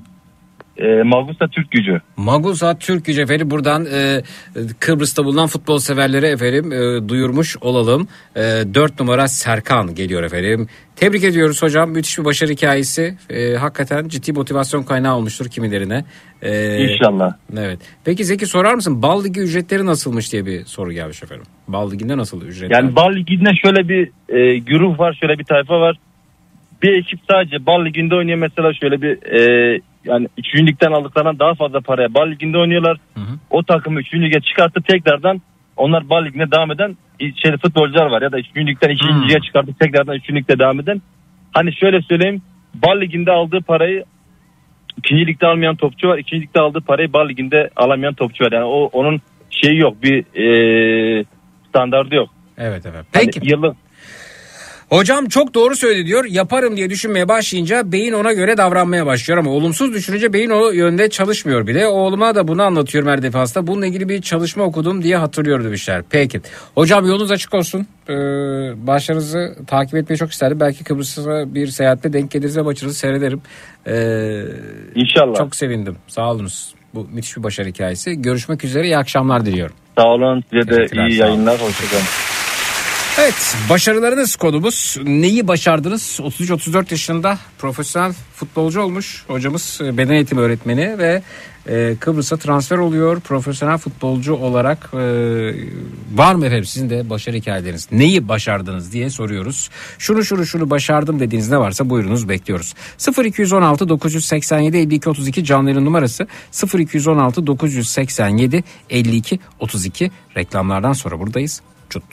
Magusa Türk Gücü. Magusa Türk Gücü efendim. Buradan Kıbrıs'ta bulunan futbol severlere efendim duyurmuş olalım. 4 numara Serkan geliyor efendim. Tebrik ediyoruz hocam. Müthiş bir başarı hikayesi. Hakikaten ciddi motivasyon kaynağı olmuştur kimilerine. İnşallah. Evet. Peki Zeki, sorar mısın? Bal Ligi ücretleri nasılmış diye bir soru gelmiş efendim. Bal Ligi'nde nasıl ücretler? Yani Bal Ligi'nde şöyle bir güruh var, şöyle bir tayfa var. Bir ekip sadece Bal Ligi'nde oynuyor mesela, şöyle bir yani 3. ligden aldıklarından daha fazla paraya Bal Ligi'nde oynuyorlar. O takımı 3. lige çıkartıp tekrardan onlar Bal Ligi'ne devam eden futbolcular var, ya da 3. ligden 2. lige çıkartıp tekrardan 3. ligde devam eden. Hani şöyle söyleyeyim, Bal Ligi'nde aldığı parayı ikinci ligde almayan topçu var. İkinci ligde aldığı parayı Bal Ligi'nde alamayan topçu var. Yani onun şeyi yok. Bir standardı yok. Evet. Peki. Hani yıllık. Hocam çok doğru söyledi diyor. Yaparım diye düşünmeye başlayınca beyin ona göre davranmaya başlıyor ama olumsuz düşününce beyin o yönde çalışmıyor bile. Oğluma da bunu anlatıyorum her defasında. Bununla ilgili bir çalışma okudum diye hatırlıyor demişler. Peki. Hocam yolunuz açık olsun. Başlarınızı takip etmeyi çok isterdim. Belki Kıbrıs'a bir seyahatte denk geliriz ve maçınızı seyrederim. İnşallah. Çok sevindim. Sağ olunuz. Bu müthiş bir başarı hikayesi. Görüşmek üzere. İyi akşamlar diliyorum. Sağ olun. Size de iyi yayınlar. Hoşçakalın. Evet, başarılarınız konumuz. Neyi başardınız? 33-34 yaşında profesyonel futbolcu olmuş hocamız, beden eğitimi öğretmeni ve Kıbrıs'a transfer oluyor. Profesyonel futbolcu olarak var mı efendim sizin de başarı hikayeleriniz? Neyi başardınız diye soruyoruz. Şunu başardım dediğiniz ne varsa buyurunuz, bekliyoruz. 0216 987 52 32 canlı yayın numarası 0216 987 52 32. Reklamlardan sonra buradayız. Çut.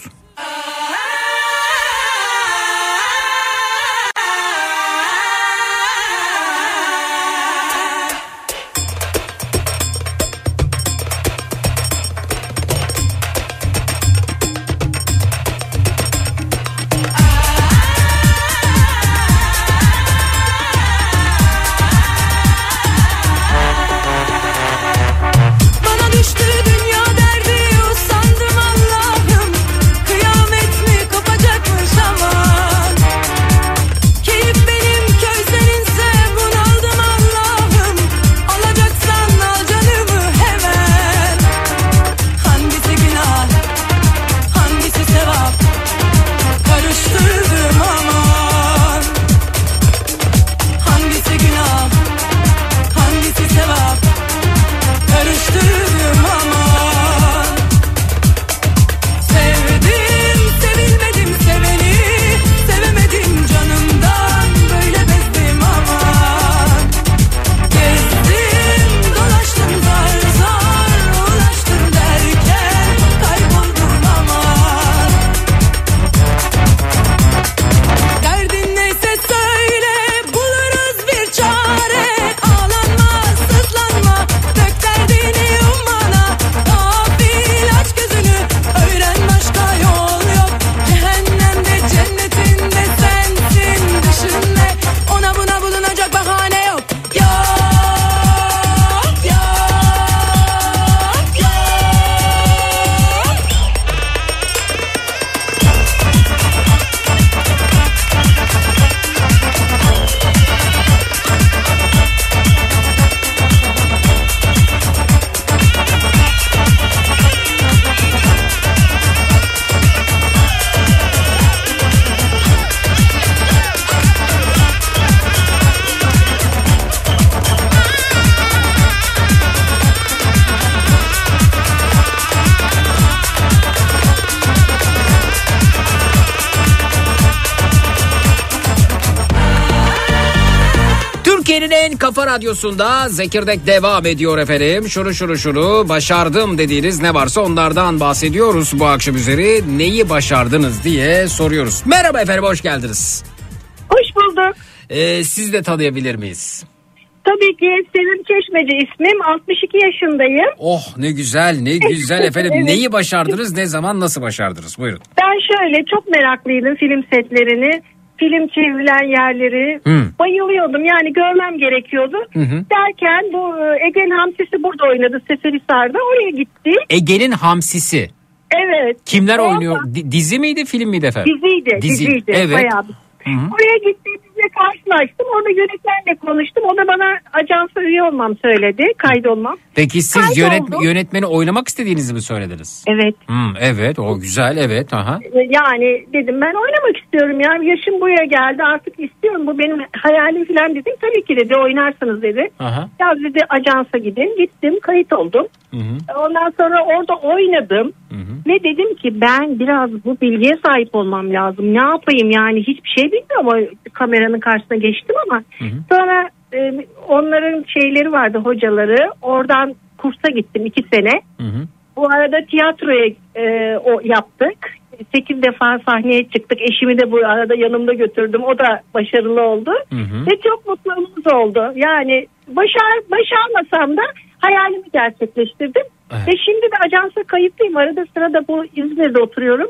Türkiye'nin en kafa radyosunda Zekirdek devam ediyor efendim. Şunu başardım dediğiniz ne varsa onlardan bahsediyoruz bu akşam üzeri. Neyi başardınız diye soruyoruz. Merhaba efendim, hoş geldiniz. Hoş bulduk. Siz de tanıyabilir miyiz? Tabii ki Sevim Çeşmeci ismim. 62 yaşındayım. Oh ne güzel efendim. Evet. Neyi başardınız, ne zaman, nasıl başardınız? Buyurun. Ben şöyle çok meraklıydım film setlerini. Film çevrilen yerleri bayılıyordum. Yani görmem gerekiyordu. Derken bu Ege'nin Hamsisi burada oynadı. Seferihisar'da. Oraya gitti. Ege'nin Hamsisi. Evet. Kimler oynuyor? Dizi miydi, film miydi efendim? Diziydi. Evet. Bayağı bir. Oraya gittiğimizde karşılaştım. Orada yönetmenle konuştum. O da bana ajansa üye olmam söyledi. Kaydolmam. Peki siz yönetmeni oynamak istediğinizi mi söylediniz? Evet. Evet, o güzel, evet. Aha. Yani dedim ben oynamak istiyorum. Yani yaşım buraya geldi, artık istiyorum. Bu benim hayalim falan dedim. Tabii ki dedi, oynarsınız dedi. Aha. Ya dedi ajansa gidin. Gittim, kayıt oldum. Ondan sonra orada oynadım. Ve dedim ki ben biraz bu bilgiye sahip olmam lazım. Ne yapayım yani, hiçbir şey bilmiyorum. O kameranın karşısına geçtim ama sonra onların şeyleri vardı, hocaları. Oradan kursa gittim 2 sene. Bu arada tiyatroya o yaptık. 8 defa sahneye çıktık. Eşimi de bu arada yanımda götürdüm. O da başarılı oldu. Ve çok mutluluğumuz oldu. Yani başarmasam da hayalimi gerçekleştirdim. Evet. Ve şimdi de ajansa kayıtlıyım. Arada sırada bu İzmir'de oturuyorum.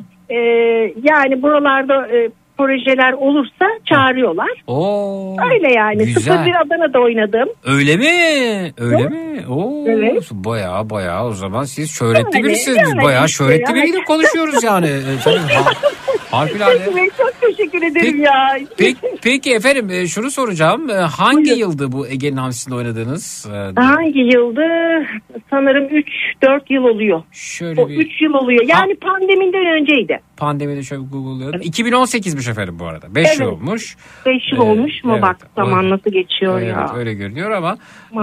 Yani buralarda projeler olursa çağırıyorlar. Oo, öyle yani. güzel. 01 Adana'da oynadım. Öyle mi? Öyle mi? Oo, evet. Bayağı o zaman siz şöhretli Yani, birisiniz. Biz yani bayağı işte şöhretli yani. biriyle konuşuyoruz yani. Harikulade. Çok teşekkür ederim ya. Peki efendim şunu soracağım. Hangi yıldı bu Ege'nin Hamsisi'nde oynadığınız? Hangi yıldı? Sanırım 3-4 yıl oluyor. Şöyle o 3 yıl oluyor. Yani pandemiden önceydi. Pandemide şöyle Google'layalım. 2018'miş efendim bu arada. 5 yıl olmuş. 5 yıl olmuş mu? Evet. Bak zaman nasıl geçiyor evet, ya. Öyle görünüyor ama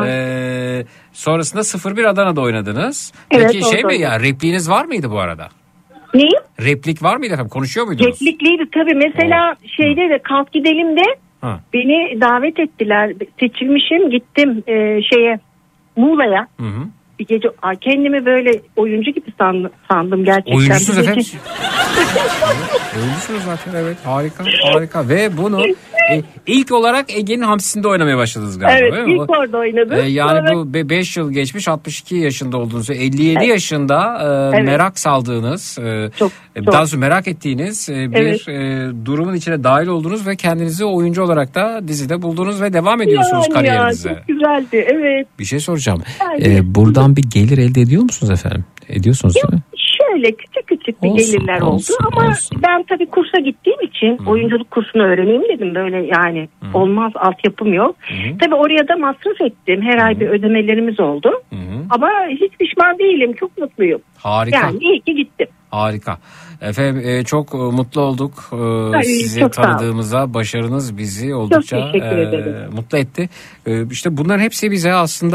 sonrasında 01 Adana'da oynadınız. Evet, Peki şey mi ya, repliğiniz var mıydı bu arada? Neyim? Replik var mıydı efendim? Konuşuyor muydunuz? Replikliydi tabii. Mesela şeyde de Kalk Gidelim de beni davet ettiler. Seçilmişim, gittim Muğla'ya. Bir gece kendimi böyle oyuncu gibi sandım gerçekten. Oyuncusunuz efendim. Oyuncusunuz zaten, evet, harika ve bunu ilk olarak Ege'nin Hamsisi'nde oynamaya başladınız galiba. Evet, ilk orada oynadım. Yani bu 5 yıl geçmiş, 62 yaşında olduğunuz, 57 yaşında merak saldığınız, daha doğrusu merak ettiğiniz bir durumun içine dahil oldunuz ve kendinizi oyuncu olarak da dizide buldunuz ve devam ediyorsunuz kariyerinize. Çok güzeldi, evet. Bir şey soracağım. Buradan bir gelir elde ediyor musunuz efendim? Ediyorsunuz değil mi? Şöyle küçük bir gelirler oldu ama ben tabii kursa gittiğim için oyunculuk kursunu öğreneyim dedim, böyle yani olmaz, altyapım yok. Tabii oraya da masraf ettim, her ay bir ödemelerimiz oldu ama hiç pişman değilim, çok mutluyum. Harika. Yani iyi ki gittim. Harika. Efendim çok mutlu olduk sizi tanıdığımıza. Başarınız bizi oldukça mutlu etti. İşte bunların hepsi bize aslında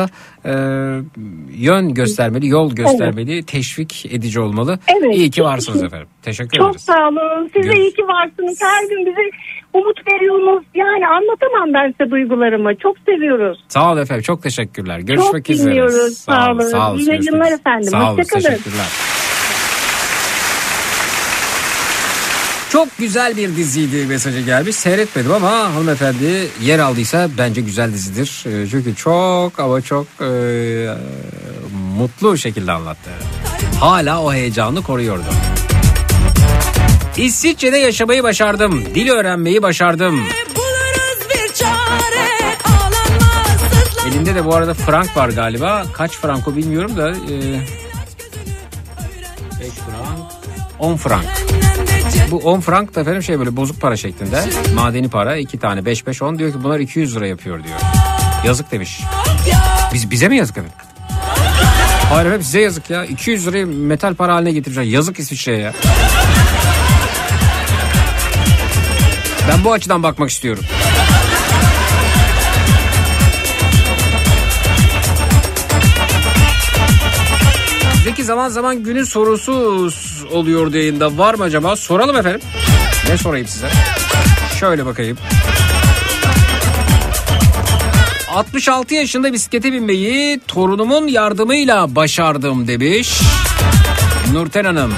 yön göstermeli, yol göstermeli, teşvik edici olmalı. Evet. İyi ki varsınız efendim. Teşekkür ederiz. Çok sağ olun. Size iyi ki varsınız. Her gün bize umut veriyorsunuz. Yani anlatamam ben size duygularımı. Çok seviyoruz. Sağ olun efendim. Çok teşekkürler. Görüşmek üzere. Çok dinliyoruz. Sağ olun. Sağ olun. İyi yayınlar efendim. Sağ olun. Teşekkürler. Çok güzel bir diziydi mesajı gelmiş. Seyretmedim ama hanımefendi yer aldıysa bence güzel dizidir. Çünkü çok ama çok mutlu şekilde anlattı. Hala o heyecanını koruyordu. İsviçre'de yaşamayı başardım. Dil öğrenmeyi başardım. Elinde de bu arada frank var galiba. Kaç frank o bilmiyorum da. 5 frank. 10 frank. Bu 10 frank da efendim böyle bozuk para şeklinde. Madeni para, 2 tane 5 10, diyor ki bunlar 200 lira yapıyor diyor. Yazık demiş. Bize mi yazık efendim? Hayır efendim, size yazık ya. 200 lirayı metal para haline getireceğim. Yazık İsviçre'ye ya. Ben bu açıdan bakmak istiyorum. Peki zaman zaman günün sorusu oluyor yayında. Var mı acaba? Soralım efendim. Ne sorayım size? Şöyle bakayım. 66 yaşında bisiklete binmeyi torunumun yardımıyla başardım demiş Nurten Hanım.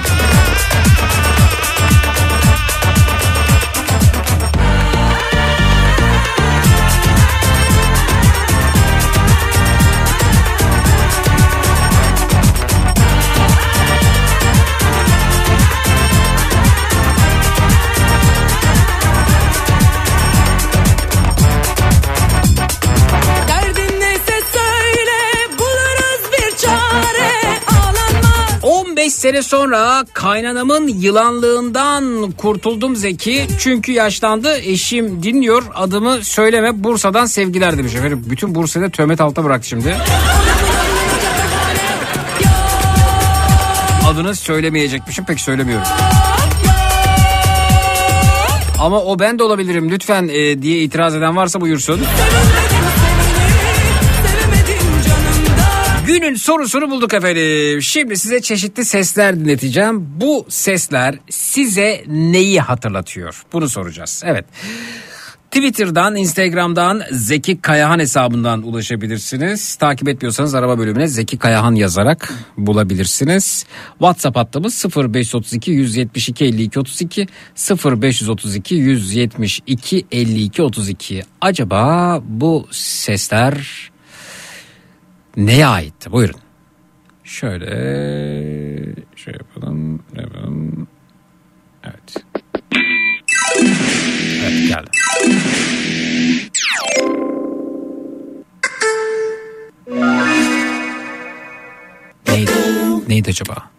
Sene sonra kaynanamın yılanlığından kurtuldum Zeki. Çünkü yaşlandı, eşim dinliyor, adımı söyleme, Bursa'dan sevgiler demiş efendim. Bütün Bursa'da töhmet alta bıraktı şimdi. Adını söylemeyecekmişim, pek söylemiyorum. Ama o ben de olabilirim lütfen diye itiraz eden varsa buyursun. Günün sorusunu bulduk efendim. Şimdi size çeşitli sesler dinleteceğim. Bu sesler size neyi hatırlatıyor? Bunu soracağız. Evet. Twitter'dan, Instagram'dan Zeki Kayahan hesabından ulaşabilirsiniz. Takip etmiyorsanız araba bölümüne Zeki Kayahan yazarak bulabilirsiniz. WhatsApp hattımız 0532 172 52 32 0532 172 52 32. Acaba bu sesler neye ait? Buyurun. Şöyle yapalım. Evet. Evet, geldi. Neydi acaba?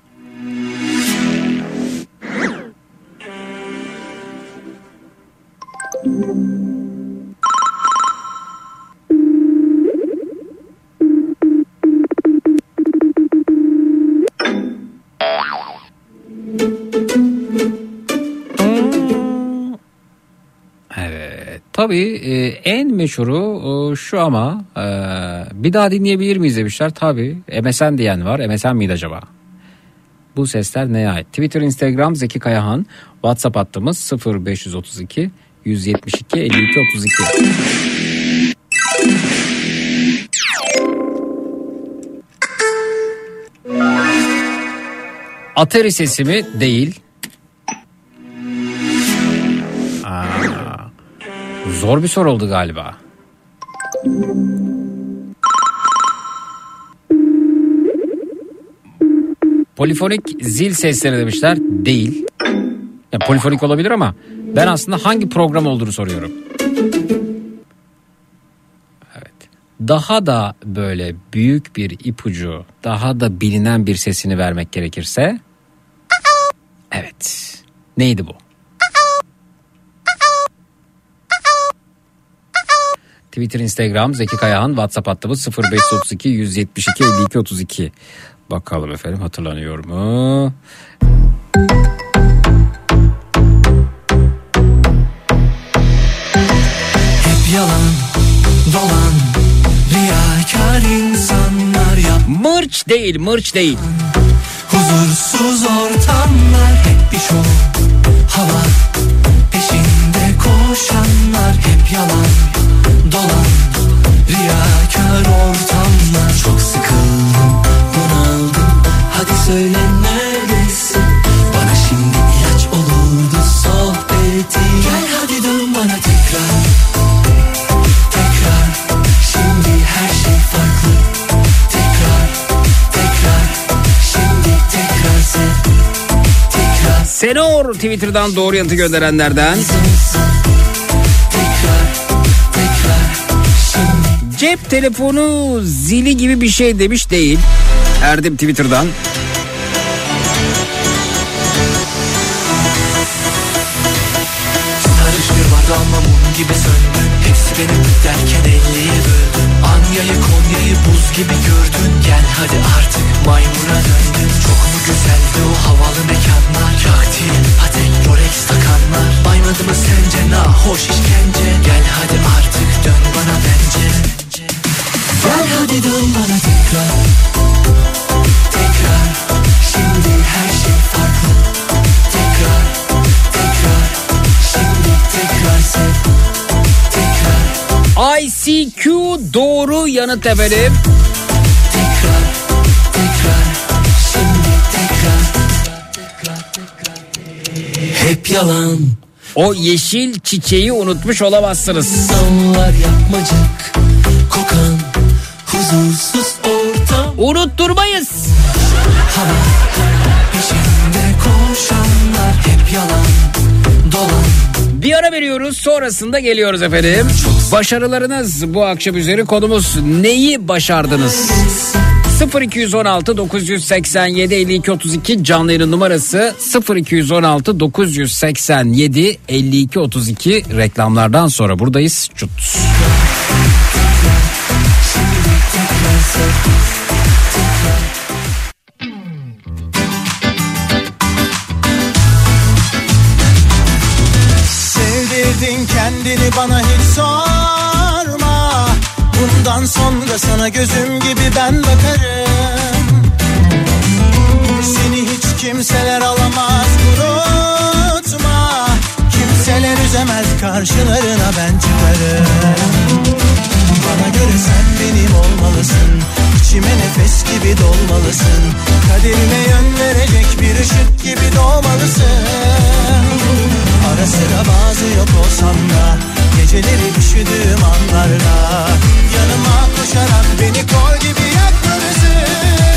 Tabii en meşhuru şu ama bir daha dinleyebilir miyiz demişler. Tabii MSN diyen var. MSN miydi acaba? Bu sesler neye ait? Twitter, Instagram Zeki Kayahan. WhatsApp hattımız 0532 172 52 32. Atari sesi mi? Değil. Zor bir soru oldu galiba. Polifonik zil sesleri demişler. Değil. Ya, polifonik olabilir ama ben aslında hangi program olduğunu soruyorum. Evet. Daha da böyle büyük bir ipucu, daha da bilinen bir sesini vermek gerekirse. Evet. Neydi bu? Twitter, Instagram Zeki Kayahan, WhatsApp hattımız 0532 172 52 32. Bakalım efendim, hatırlanıyor mu? Hep yalan, dolan, riyakar insanlar yap. Mırç değil, mırç değil. Huzursuz ortamlar, hep bir şov, hava peşinde koşanlar. Hep yalan, dolan, riyakar ortamlar. Çok sıkıldım, bunaldım, hadi söyle neredesin? Bana şimdi ilaç olurdu sohbeti. Gel hadi dön bana tekrar, tekrar. Şimdi her şey farklı. Tekrar, tekrar. Şimdi tekrar sev, tekrar. Senor Twitter'dan doğru yanıtı gönderenlerden. Cep telefonu zili gibi bir şey demiş, değil. Erdem Twitter'dan. Sarış bir vardı ama mum gibi söndün. Hepsi benim derken 50'ye böldün. Anya'yı Konya'yı buz gibi gördün. Gel hadi artık maymuna döndün. Çok mu güzeldi o havalı mekanlar? Kaktil, patek, Rolex takanlar. Baymadı mı sence nahoş işkence? Gel hadi artık dön bana bence. Gel hadi dön bana tekrar, tekrar. Şimdi her şey farklı. Tekrar, tekrar. Şimdi tekrar sev, tekrar. ICQ doğru yanıt efendim. Tekrar, tekrar. Şimdi tekrar. Hep yalan. O yeşil çiçeği unutmuş olamazsınız. İnsanlar yapmacık, kokan, huzursuz ortam. Unutturmayız. Hava peşinde koşanlar. Hep yalan, dolan. Bir ara veriyoruz, sonrasında geliyoruz efendim. Başarılarınız bu akşam üzeri, konumuz neyi başardınız? 0216 987 52 32 canlı yayın numarası, 0216 987 52 32. Reklamlardan sonra buradayız. Çut. Sevdirdin kendini bana, hiç sorma. Bundan sonra sana gözüm gibi ben bakarım. Seni hiç kimseler alamaz, unutma. Kimseler üzemez karşılarına ben çıkarım. Bana göre sen benim olmalısın, içime nefes gibi dolmalısın, kaderime yön verecek bir ışık gibi doğmalısın. Ara sıra bazı yok olsam da, geceleri üşüdüğüm anlarda, yanıma koşarak beni kol gibi yakmalısın.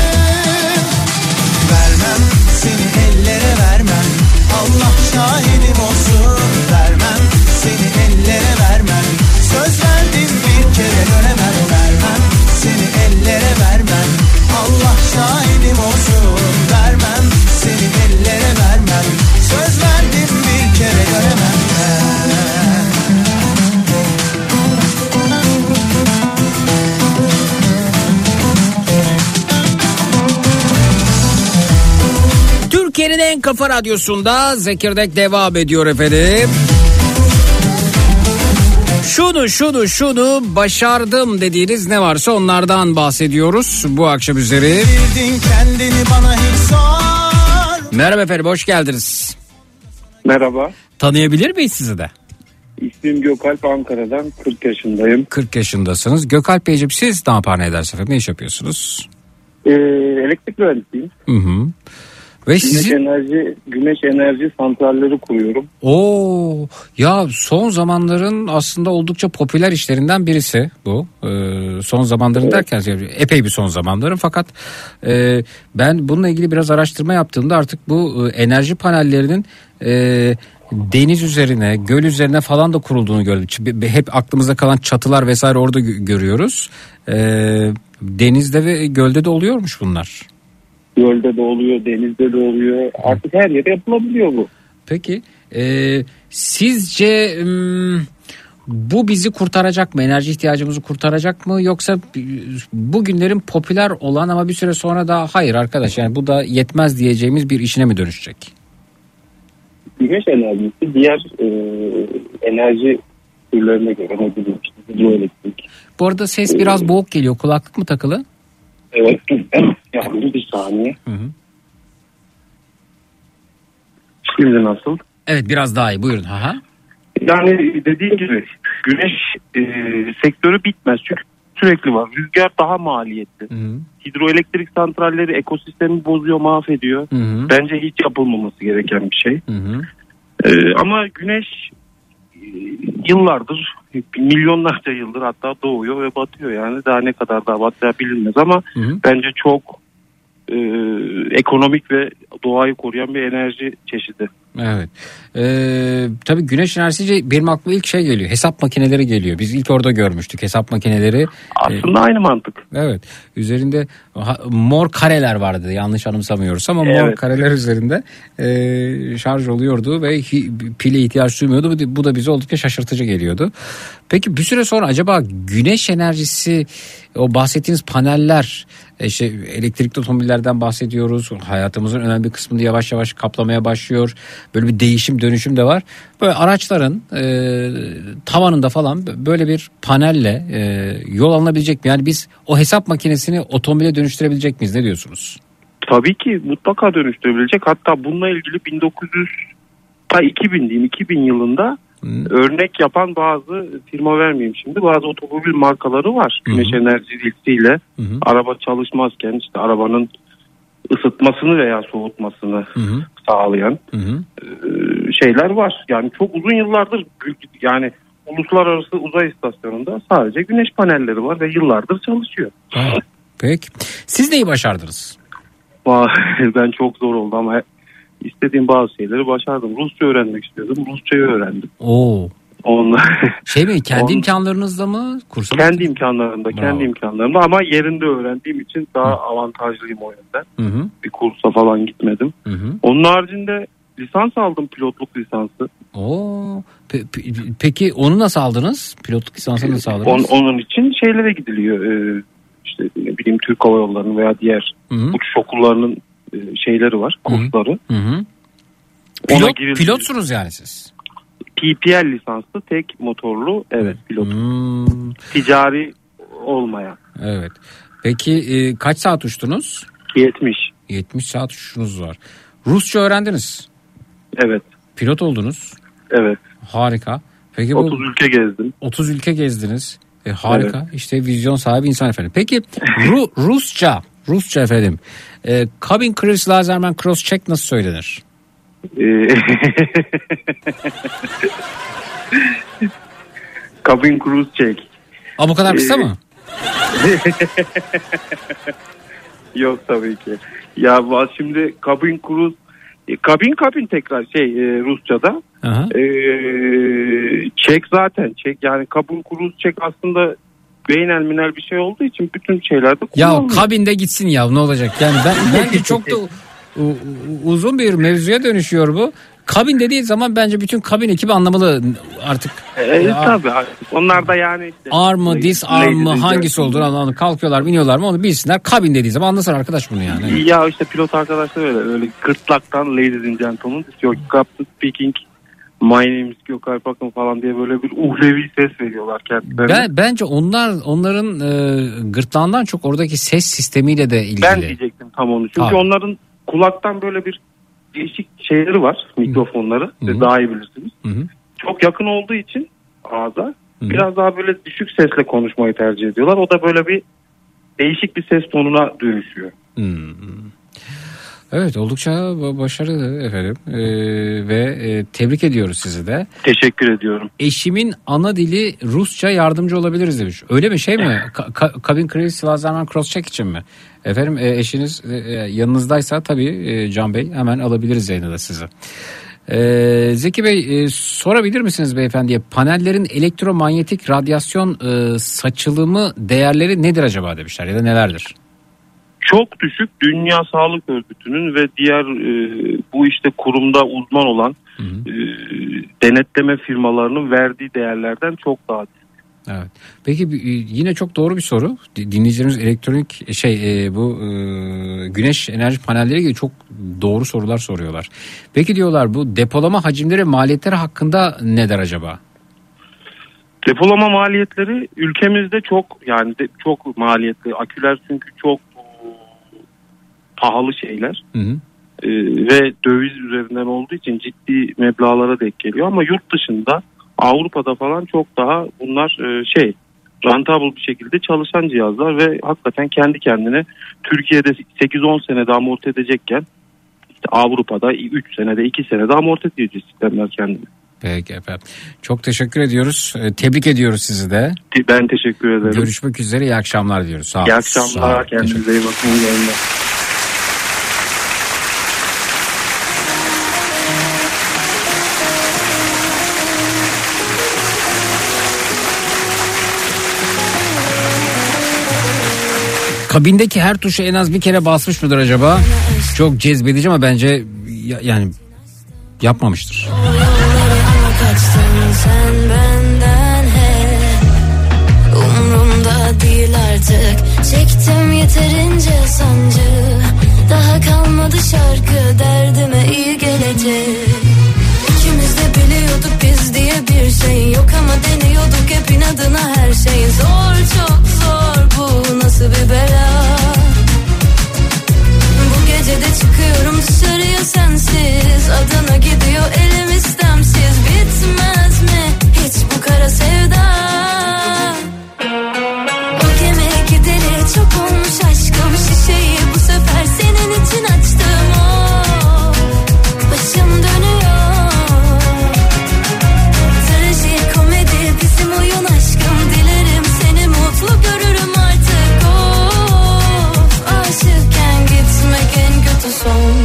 Vermem seni ellere vermem, Allah şahidim olsun. Vermem seni ellere vermem, söz verdim bir kere dönemem. Vermem seni ellere vermem, Allah şahidim olsun. Vermem seni ellere vermem, söz verdim bir kere dönemem. Türkiye'nin en kafa radyosunda Zekirdek devam ediyor efendim. Şunu başardım dediğiniz ne varsa onlardan bahsediyoruz bu akşam üzeri. Merhaba efendim, hoş geldiniz. Merhaba. Tanıyabilir miyiz sizi de? İsmim Gökalp, Ankara'dan, 40 yaşındayım. 40 yaşındasınız. Gökalp Beyciğim, siz ne yapar ne edersiniz efendim? Ne iş yapıyorsunuz? Elektrik mühendisiyim. Hı. Ve güneş enerji santralleri kuruyorum. Oo, ya son zamanların aslında oldukça popüler işlerinden birisi bu. Son zamanların derken epey bir son zamanların, fakat ben bununla ilgili biraz araştırma yaptığımda artık bu enerji panellerinin deniz üzerine, göl üzerine falan da kurulduğunu gördüm. Hep aklımızda kalan çatılar vesaire orada görüyoruz. Denizde ve gölde de oluyormuş bunlar. Gölde de oluyor, denizde de oluyor. Artık her yere yapılabiliyor bu. Peki sizce bu bizi kurtaracak mı? Enerji ihtiyacımızı kurtaracak mı? Yoksa bugünlerin popüler olan ama bir süre sonra da hayır arkadaş, yani bu da yetmez diyeceğimiz bir işine mi dönüşecek? Güneş enerjisi diğer enerji türlerine göre, ne bileyim işte hidroelektrik. Bu arada ses biraz boğuk geliyor. Kulaklık mı takılı? Evet. Yani bir saniye. Hı. Şimdi nasıl? Evet, biraz daha iyi. Buyurun. Aha. Yani dediğim gibi güneş sektörü bitmez. Çünkü sürekli var. Rüzgar daha maliyetli. Hı. Hidroelektrik santralleri ekosistemi bozuyor, mahvediyor. Hı. Bence hiç yapılmaması gereken bir şey. Hı. Ama güneş yıllardır, milyonlarca yıldır hatta doğuyor ve batıyor. Yani daha ne kadar daha batacağı bilinmez ama bence çok ekonomik ve doğayı koruyan bir enerji çeşidi. Evet. Tabii güneş enerjisi benim aklıma ilk şey geliyor. Hesap makineleri geliyor. Biz ilk orada görmüştük hesap makineleri. Aslında aynı mantık. Evet. Üzerinde mor kareler vardı yanlış anımsamıyorsam ama mor kareler üzerinde şarj oluyordu ve pile ihtiyaç duymuyordu. Bu da bize oldukça şaşırtıcı geliyordu. Peki bir süre sonra acaba güneş enerjisi, o bahsettiğiniz paneller, işte elektrikli otomobillerden bahsediyoruz. Hayatımızın önemli bir kısmını yavaş yavaş kaplamaya başlıyor. Böyle bir değişim dönüşüm de var. Böyle araçların tavanında falan böyle bir panelle yol alınabilecek mi? Yani biz o hesap makinesini otomobile dönüştürebilecek miyiz? Ne diyorsunuz? Tabii ki mutlaka dönüştürebilecek. Hatta bununla ilgili 2000 yılında örnek yapan bazı firma vermeyeyim şimdi. Bazı otomobil markaları var. Güneş enerjisiyle araba çalışmazken işte arabanın ısıtmasını veya soğutmasını sağlayan şeyler var. Yani çok uzun yıllardır yani uluslararası uzay istasyonunda sadece güneş panelleri var ve yıllardır çalışıyor. Peki. Siz neyi başardınız? Ben çok zor oldu ama istediğim bazı şeyleri başardım. Rusça öğrenmek istiyordum. Rusçayı öğrendim. Oo. Onunla kendi imkanlarınızla mı? Kursa kendi imkanlarımda ama yerinde öğrendiğim için daha avantajlıyım o yönden. Bir kursa falan gitmedim. Onun haricinde lisans aldım, pilotluk lisansı. Oo. Peki onu nasıl aldınız? Pilotluk lisansını nasıl aldınız? Onun için şeylere gidiliyor. İşte ne bileyim Türk Hava Yolları'nın veya diğer uçuş okullarının şeyleri var, kursları. Pilotsunuz yani siz? PPL lisanslı, tek motorlu, evet, pilotum. Ticari olmayan. Evet. Peki kaç saat uçtunuz? 70 saat uçuşunuz var. Rusça öğrendiniz. Evet. Pilot oldunuz. Evet. Harika. Peki 30 ülke gezdim. 30 ülke gezdiniz. Harika. Evet. İşte vizyon sahibi insan efendim. Peki Rusça efendim. Cabin Cruise Lazerman Cross Check nasıl söylenir? Cabin Cruise Check. Bu kadar kısa mı? Yok tabii ki. Ya şimdi Cabin Cruise kabin tekrar Rusça'da. Çek zaten çek yani kabin cruise çek aslında beynelminel bir şey olduğu için bütün şeylerde kullanılıyor. Ya kabinde gitsin ya ne olacak yani bence çok da uzun bir mevzuya dönüşüyor bu. Kabin dediği zaman bence bütün kabin ekibi anlamalı artık. Tabii artık. Onlar da yani işte. Ar mı, disarm mı, hangisi olduğunu anlamalı. Kalkıyorlar, biniyorlar mı onu bilsinler. Kabin dediği zaman anlasın arkadaş bunu yani. Evet. Ya işte pilot arkadaşlar öyle gırtlaktan ladies and gentlemen, yok captain speaking, my name is Gökalp Akın falan diye böyle bir uhlevi ses veriyorlar kendilerine. Bence onların gırtlağından çok oradaki ses sistemiyle de ilgili. Ben diyecektim tam onu. Çünkü onların kulaktan böyle bir değişik şeyleri var, mikrofonları. Siz daha iyi bilirsiniz. Hı-hı. Çok yakın olduğu için ağza Hı-hı. biraz daha böyle düşük sesle konuşmayı tercih ediyorlar. O da böyle bir değişik bir ses tonuna dönüşüyor. Hı-hı. Evet, oldukça başarılı efendim ve tebrik ediyoruz sizi de. Teşekkür ediyorum. Eşimin ana dili Rusça, yardımcı olabiliriz demiş. Öyle mi, şey mi? Cabin Cruise Lazerman Cross Check için mi? Efendim eşiniz yanınızdaysa tabii Can Bey hemen alabiliriz yayına da sizi. Zeki Bey sorabilir misiniz beyefendiye, panellerin elektromanyetik radyasyon saçılımı değerleri nedir acaba demişler ya da nelerdir? Çok düşük. Dünya Sağlık Örgütü'nün ve diğer bu işte kurumda uzman olan denetleme firmalarının verdiği değerlerden çok daha düşük. Evet. Peki yine çok doğru bir soru. Dinleyicilerimiz elektronik bu güneş enerji panelleri gibi çok doğru sorular soruyorlar. Peki diyorlar, bu depolama hacimleri, maliyetleri hakkında ne der acaba? Depolama maliyetleri ülkemizde çok maliyetli. Aküler çünkü çok pahalı şeyler. Hı. Ve döviz üzerinden olduğu için ciddi meblağlara denk geliyor. Ama yurt dışında, Avrupa'da falan çok daha bunlar rentable bir şekilde çalışan cihazlar ve hakikaten kendi kendine Türkiye'de 8-10 senede amorti edecekken işte Avrupa'da 3 senede 2 senede amorti ediyor sistemler kendini. Peki efendim. Çok teşekkür ediyoruz. Tebrik ediyoruz sizi de. Ben teşekkür ederim. Görüşmek üzere. İyi akşamlar diyoruz. Sağ olun. İyi akşamlar. Kendinize iyi bakın. İyi yayınlar. Kabindeki her tuşa en az bir kere basmış mıdır acaba? Çok cezbedici ama bence yani yapmamıştır. Sen benden umurumda değil artık. Çektim yeterince sancı. Daha kalmadı şarkı, derdime iyi gelecek. İkimiz de biliyorduk biz diye bir şey yok ama deniyorduk hep inadına her şey. Zor, çok zor, bu nasıl bir bela. Bu gece de çıkıyorum dışarıya sensiz. Adana gidiyor elim istemsiz. Bitmez mi hiç bu kara sevda? O gemiye gideri çok olmuş aşkım. Şişeyi bu sefer senin için açtım. Başım dönüyor. Trajikomedi bizim oyun aşkım. Dilerim seni mutlu görürüm artık. Aşıkken gitmek en kötü son.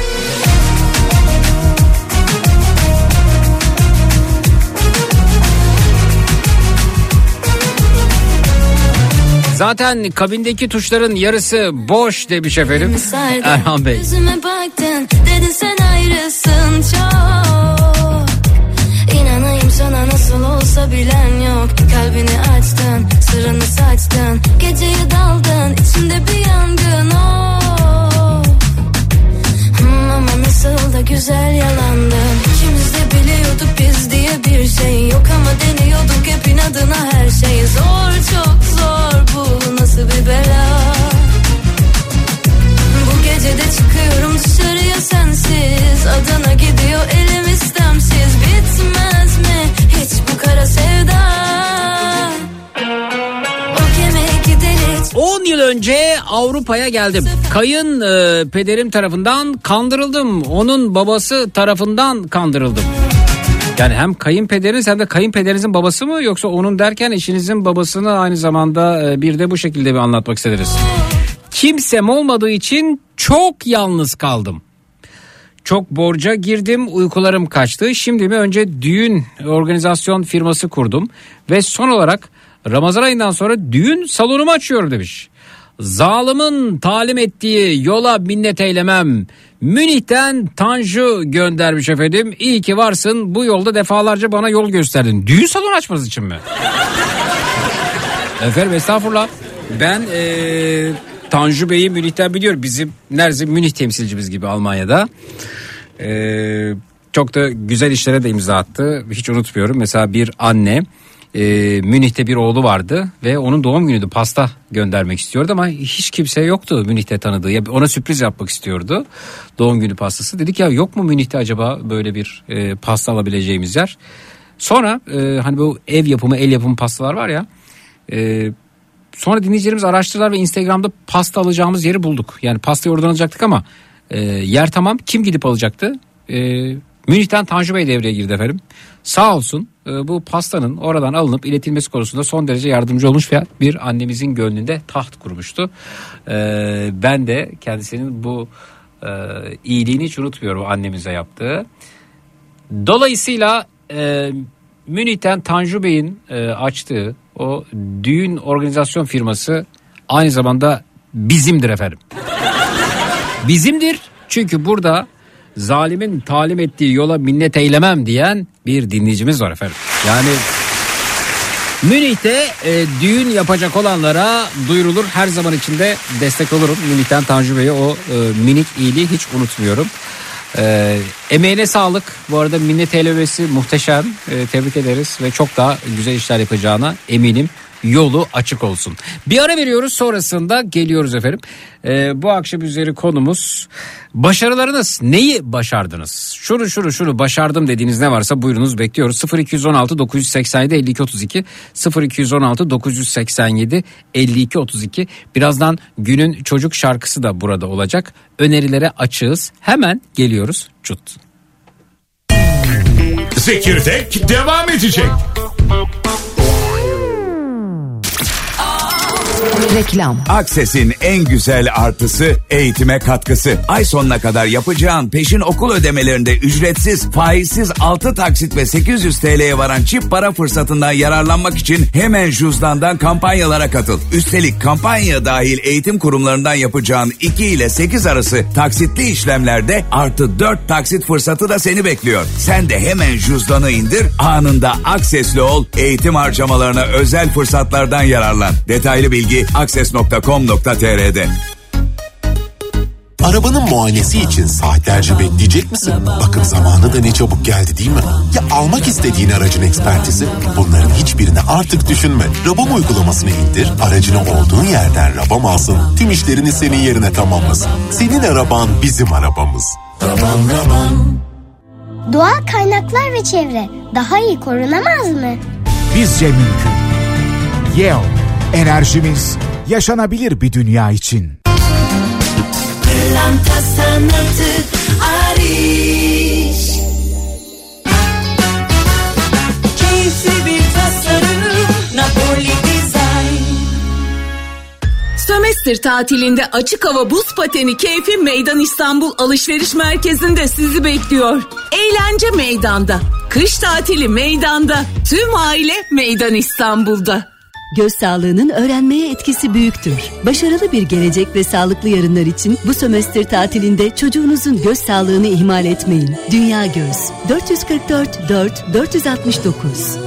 Zaten kabindeki tuşların yarısı boş demiş efendim Erhan Bey. Yüzüme baktın, dedin sen ayrısın çok. İnanayım sana nasıl olsa bilen yok. Kalbini açtın, sırrını saçtın. Geceye daldın, içinde bir yangın ama nasıl da güzel yalandın. İkimiz de biliyorduk biz diye bir şey yok ama deniyorduk hep inadına her şey. Zor, çok zor, bu nasıl bir bela. Bu gece de çıkıyorum dışarıya sensiz. Adana gidiyor elim istemsiz. Bitmez mi hiç bu Avrupa'ya geldim. Pederim tarafından kandırıldım. Onun babası tarafından kandırıldım. Yani hem kayınpederiniz hem de kayınpederinizin babası mı, yoksa onun derken eşinizin babasını aynı zamanda bir de bu şekilde bir anlatmak istediniz. Kimsem olmadığı için çok yalnız kaldım. Çok borca girdim, uykularım kaçtı. Şimdi mi önce düğün organizasyon firması kurdum ve son olarak Ramazan ayından sonra düğün salonumu açıyorum demiş. Zalimin talim ettiği yola minnet eylemem. Münih'ten Tanju göndermiş efendim. İyi ki varsın, bu yolda defalarca bana yol gösterdin. Düğün salonu açmanız için mi? Efendim estağfurullah. Ben Tanju Bey'i Münih'ten biliyorum. Bizim neredeyse Münih temsilcimiz gibi Almanya'da. Çok da güzel işlere de imza attı. Hiç unutmuyorum. Mesela bir anne Münih'te bir oğlu vardı ve onun doğum günüydü. Pasta göndermek istiyordu ama hiç kimse yoktu Münih'te tanıdığı. Ya ona sürpriz yapmak istiyordu. Doğum günü pastası. Dedik ya, yok mu Münih'te acaba böyle bir pasta alabileceğimiz yer? Sonra hani bu ev yapımı, el yapımı pastalar var ya. Sonra dinleyicilerimiz araştırdılar ve Instagram'da pasta alacağımız yeri bulduk. Yani pastayı oradan alacaktık ama yer tamam. Kim gidip alacaktı? Münih'ten Tanju Bey devreye girdi efendim. Sağ olsun bu pastanın oradan alınıp iletilmesi konusunda son derece yardımcı olmuş ve bir annemizin gönlünde taht kurmuştu. Ben de kendisinin bu iyiliğini hiç unutmuyorum, annemize yaptığı. Dolayısıyla Münih'ten Tanju Bey'in açtığı o düğün organizasyon firması aynı zamanda bizimdir efendim. Bizimdir çünkü burada zalimin talim ettiği yola minnet eylemem diyen bir dinleyicimiz var efendim. Yani Münih'te düğün yapacak olanlara duyurulur. Her zaman içinde destek olurum. Münih'ten Tanju Bey'e o minik iyiliği hiç unutmuyorum. Emeğine sağlık. Bu arada minnet eylemesi muhteşem. Tebrik ederiz ve çok daha güzel işler yapacağına eminim. Yolu açık olsun. Bir ara veriyoruz, sonrasında geliyoruz efendim. Bu akşam üzeri konumuz başarılarınız. Neyi başardınız? Şunu başardım dediğiniz ne varsa buyurunuz, bekliyoruz. 0216 987 52 32 0216 987 52 32. Birazdan günün çocuk şarkısı da burada olacak. Önerilere açığız. Hemen geliyoruz. Çut. Zekirdek devam edecek. Reklam. Akses'in en güzel artısı eğitime katkısı. Ay sonuna kadar yapacağın peşin okul ödemelerinde ücretsiz, faizsiz 6 taksit ve 800 TL'ye varan çift para fırsatından yararlanmak için hemen Juzdan'dan kampanyalara katıl. Üstelik kampanya dahil eğitim kurumlarından yapacağın 2 ile 8 arası taksitli işlemlerde artı 4 taksit fırsatı da seni bekliyor. Sen de hemen Juzdan'ı indir, anında Akses'li ol, eğitim harcamalarına özel fırsatlardan yararlan. Detaylı bilgi akses.com.tr'de. Arabanın muayenesi için saatlerce bekleyecek misin? Bakım zamanı da ne çabuk geldi değil mi? Ya almak istediğin aracın ekspertizi? Bunların hiçbirini artık düşünme. Rabam uygulamasını indir, aracını olduğun yerden Rabam alsın, tüm işlerini senin yerine tamamlasın. Senin araban bizim arabamız. Rabam. Doğal kaynaklar ve çevre daha iyi korunamaz mı? Bizce mümkün. Yeo, enerjimiz yaşanabilir bir dünya için. Pırlanta sanatı Ariş. Keyifli bir tasarım Napoli Design. Sömestr tatilinde açık hava buz pateni keyfi Meydan İstanbul Alışveriş Merkezi'nde sizi bekliyor. Eğlence meydanda, kış tatili meydanda, tüm aile Meydan İstanbul'da. Göz sağlığının öğrenmeye etkisi büyüktür. Başarılı bir gelecek ve sağlıklı yarınlar için bu sömestr tatilinde çocuğunuzun göz sağlığını ihmal etmeyin. Dünya Göz 444 4 469.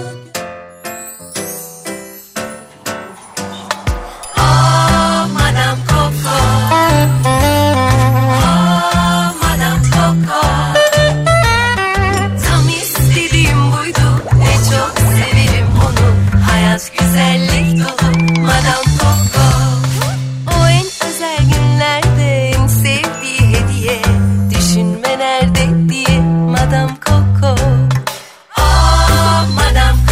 Güzellik dolu Madame Coco. O en özel günlerde en sevdiği hediye. Düşünme nerede diye Madame Coco. Oh Madame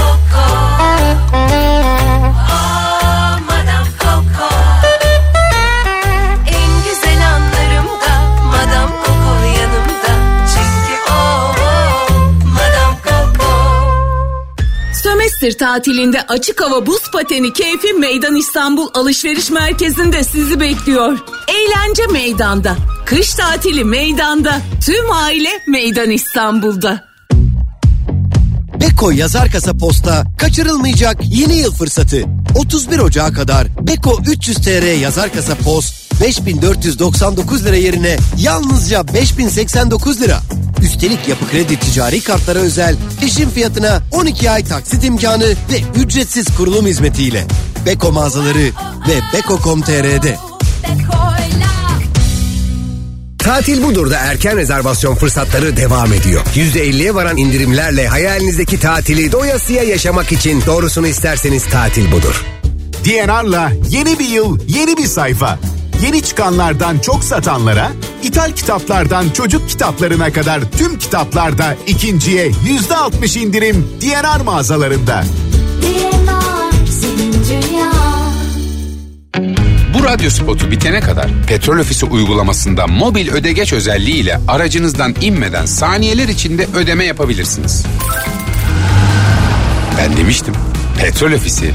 sömestr tatilinde açık hava buz pateni keyfi Meydan İstanbul Alışveriş Merkezi'nde sizi bekliyor. Eğlence meydanda, kış tatili meydanda, tüm aile Meydan İstanbul'da. Beko Yazar Kasa Posta kaçırılmayacak yeni yıl fırsatı. 31 Ocağı kadar Beko 300 TR Yazar Kasa Post 5499 lira yerine yalnızca 5089 lira. Üstelik Yapı Kredi ticari kartlara özel peşin fiyatına 12 ay taksit imkanı ve ücretsiz kurulum hizmetiyle. Beko mağazaları ve beko.com.tr'de. Tatil Budur'da erken rezervasyon fırsatları devam ediyor. %50'ye varan indirimlerle hayalinizdeki tatili doyasıya yaşamak için doğrusunu isterseniz Tatil Budur. DNR'la yeni bir yıl, yeni bir sayfa. Yeni çıkanlardan çok satanlara, ithal kitaplardan çocuk kitaplarına kadar tüm kitaplarda ikinciye %60 indirim DNR mağazalarında. DNR senin dünya. Bu radyo spotu bitene kadar Petrol Ofisi uygulamasında mobil ödegeç özelliğiyle aracınızdan inmeden saniyeler içinde ödeme yapabilirsiniz. Ben demiştim. Petrol Ofisi.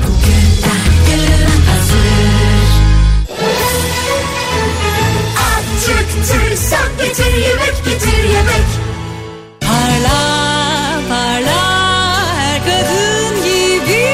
Acıktıysan getir yemek, getir yemek. Parla parla her kadın gibi.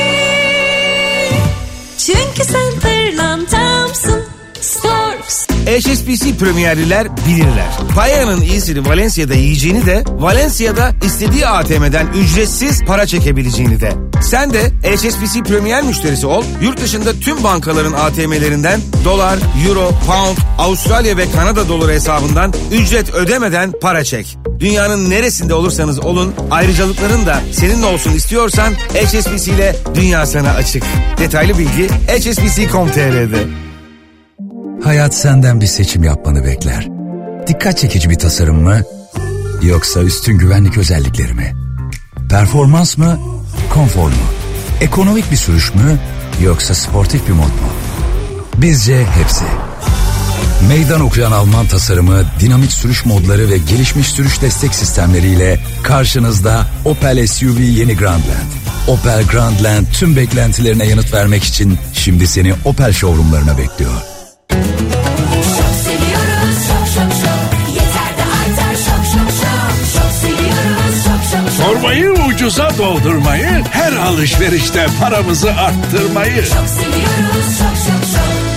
Çünkü sen pırlantamsın. Storks. HSBC Premierliler bilirler. Payanın iyisini Valencia'da yiyeceğini de Valencia'da istediği ATM'den ücretsiz para çekebileceğini de. Sen de HSBC Premier müşterisi ol. Yurt dışında tüm bankaların ATM'lerinden dolar, euro, pound, Avustralya ve Kanada doları hesabından ücret ödemeden para çek. Dünyanın neresinde olursanız olun, ayrıcalıkların da senin olsun istiyorsan HSBC ile dünya sana açık. Detaylı bilgi hsbc.com.tr'de. Hayat senden bir seçim yapmanı bekler. Dikkat çekici bir tasarım mı? Yoksa üstün güvenlik özellikleri mi? Performans mı? Konfor mu? Ekonomik bir sürüş mü? Yoksa sportif bir mod mu? Bizce hepsi. Meydan okuyan Alman tasarımı, dinamik sürüş modları ve gelişmiş sürüş destek sistemleriyle karşınızda Opel SUV yeni Grandland. Opel Grandland tüm beklentilerine yanıt vermek için şimdi seni Opel showroomlarına bekliyor. Sormayı ucuza doldurmayı, her alışverişte paramızı arttırmayı. Çok seviyoruz, çok.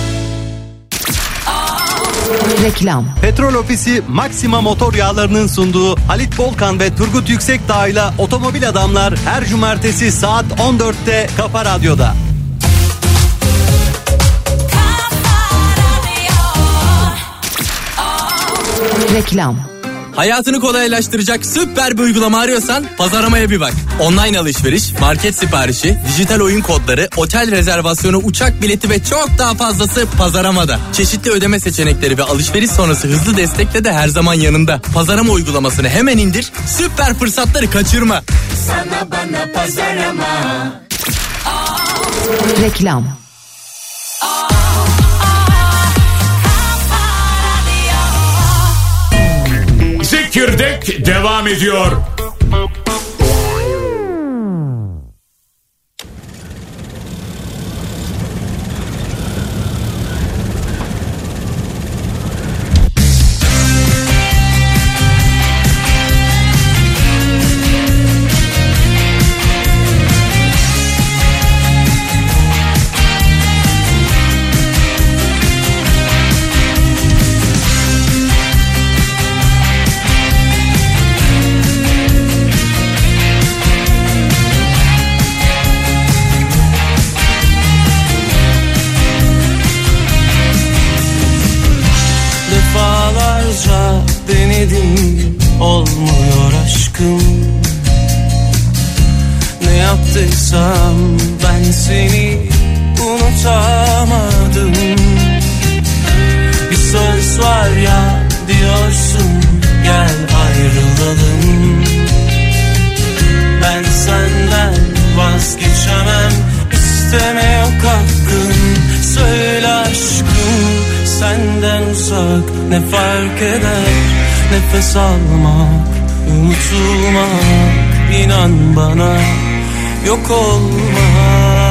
Reklam. Petrol Ofisi Maxima Motor Yağları'nın sunduğu Halit Bolkan ve Turgut Yüksekdağ ile Otomobil Adamlar her cumartesi saat 14'te Kafa Radyo'da. Reklam. Hayatını kolaylaştıracak süper bir uygulama arıyorsan Pazarama'ya bir bak. Online alışveriş, market siparişi, dijital oyun kodları, otel rezervasyonu, uçak bileti ve çok daha fazlası Pazarama'da. Çeşitli ödeme seçenekleri ve alışveriş sonrası hızlı destekle de her zaman yanında. Pazarama uygulamasını hemen indir, süper fırsatları kaçırma. Sana bana Pazarama. Reklam. Zekirdek devam ediyor. denedim, olmuyor aşkım. Ne yaptıysam ben seni unutamadım. Bir söz var ya diyorsun, gel ayrılalım. Ben senden vazgeçemem, isteme yok hakkın. Söyle aşkım, senden uzak ne fark eder? Nefes almak, unutulmak, inan bana yok olma.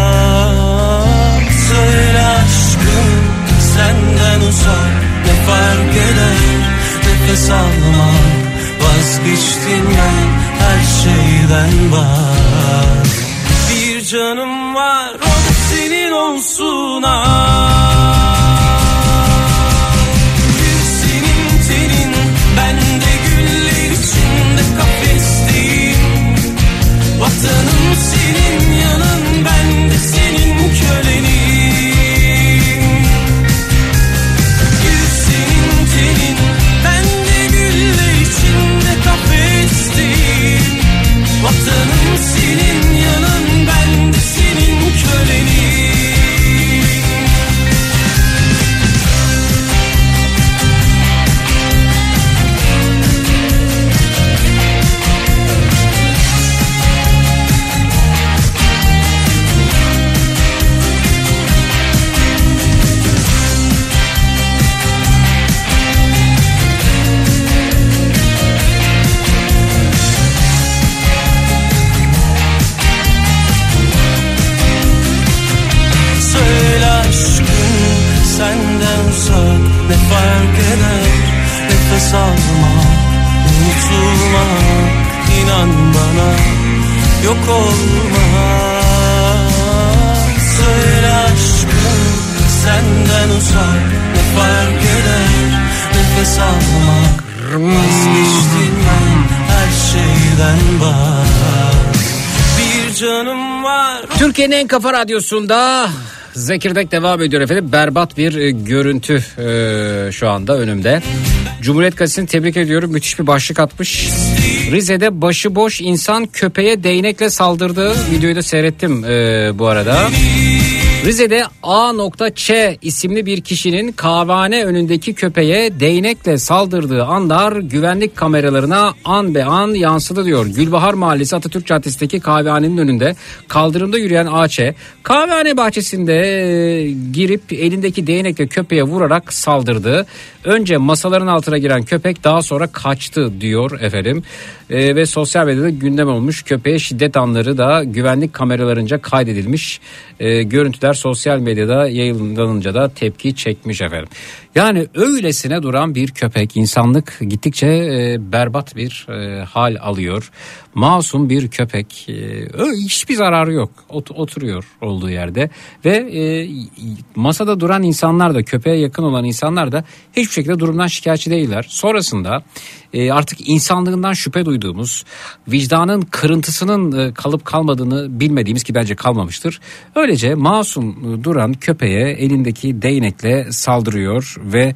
Söyle aşkım senden uzak ne fark eder, nefes almak vazgeçtim ben her şeyden bak. Bir canım var o da senin olsun senin tenin bende güller içinde kafesteyim. Vatanım senin yanın ben de senin kölenim. Gül senin tenin bende güller içinde kafesteyim. Vatanım senin yanın ben de senin kölenim. Senden uzak ne fark eder, nefes almak, unutulmak, inan bana yok olmak. Söyle aşkım senden uzak ne fark eder, nefes almak, vazgeçtim ben her şeyden bak. Bir canım var. Türkiye'nin en kafa radyosunda Zekirdek devam ediyor efendim. Berbat bir görüntü şu anda önümde. Cumhuriyet Gazetesi'ni tebrik ediyorum. Müthiş bir başlık atmış. Rize'de başıboş insan köpeğe değnekle saldırdı. Videoyu da seyrettim bu arada. Rize'de A.Ç isimli bir kişinin kahvehane önündeki köpeğe değnekle saldırdığı anlar güvenlik kameralarına an be an yansıdı diyor. Gülbahar Mahallesi Atatürk Caddesi'ndeki kahvehanenin önünde kaldırımda yürüyen A.Ç kahvehane bahçesinde girip elindeki değnekle köpeğe vurarak saldırdı. Önce masaların altına giren köpek daha sonra kaçtı diyor efendim. Ve sosyal medyada gündem olmuş. Köpeğe şiddet anları da güvenlik kameralarınca kaydedilmiş. Görüntüler sosyal medyada yayınlanınca da tepki çekmiş efendim. Yani öylesine duran bir köpek, insanlık gittikçe berbat bir hal alıyor. Masum bir köpek, hiçbir zararı yok, oturuyor olduğu yerde ve masada duran insanlar da, köpeğe yakın olan insanlar da hiçbir şekilde durumdan şikayetçi değiller. Sonrasında artık insanlığından şüphe duyduğumuz, vicdanın kırıntısının kalıp kalmadığını bilmediğimiz, ki bence kalmamıştır, öylece masum duran köpeğe elindeki değnekle saldırıyor ve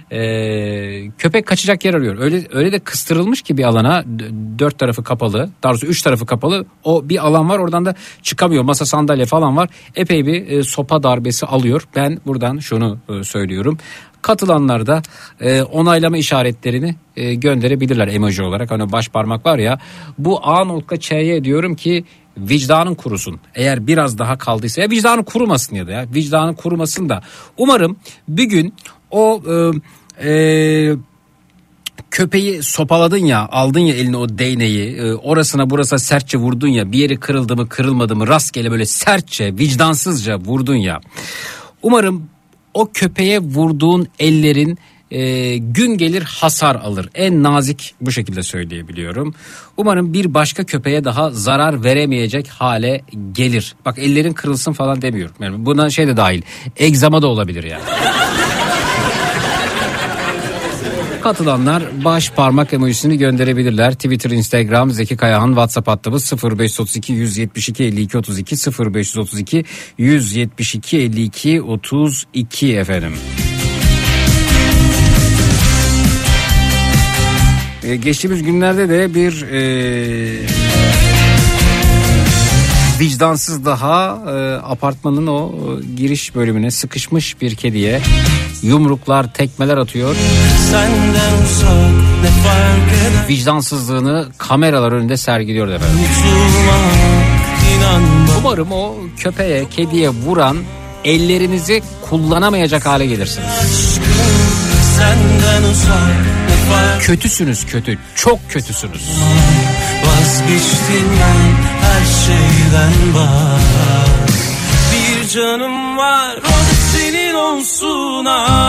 köpek kaçacak yer arıyor. Öyle de kıstırılmış ki bir alana, 4 tarafı kapalı, daha doğrusu 3 tarafı kapalı, o bir alan var, oradan da çıkamıyor, masa sandalye falan var, epey bir sopa darbesi alıyor. Ben buradan şunu söylüyorum, katılanlar da onaylama işaretlerini gönderebilirler emoji olarak. Hani baş parmak var ya, bu A.Ç'ye diyorum ki vicdanın kurusun. Eğer biraz daha kaldıysa, ya vicdanın kurumasın, ya da ya vicdanın kurumasın da umarım bir gün o köpeği sopaladın ya, aldın ya eline o değneği, orasına burasına sertçe vurdun ya, bir yeri kırıldı mı kırılmadı mı rastgele böyle sertçe, vicdansızca vurdun ya, umarım o köpeğe vurduğun ellerin gün gelir hasar alır. En nazik bu şekilde söyleyebiliyorum. Umarım bir başka köpeğe daha zarar veremeyecek hale gelir. Bak, ellerin kırılsın falan demiyorum. Yani buna şey de dahil, egzama da olabilir yani. Katılanlar baş parmak emojisini gönderebilirler. Twitter, Instagram, Zeki Kayahan, WhatsApp hattımız 0532 172 52 32 0532 172 52 32 efendim. Geçtiğimiz günlerde de bir vicdansız daha apartmanın o giriş bölümüne sıkışmış bir kediye yumruklar, tekmeler atıyor. Vicdansızlığını kameralar önünde sergiliyor efendim. Umarım o köpeğe, kediye vuran ellerinizi kullanamayacak hale gelirsiniz. Kötüsünüz, kötü, çok kötüsünüz. Vazgeçtim ben her şeyden var. Bir canım var, o da senin olsun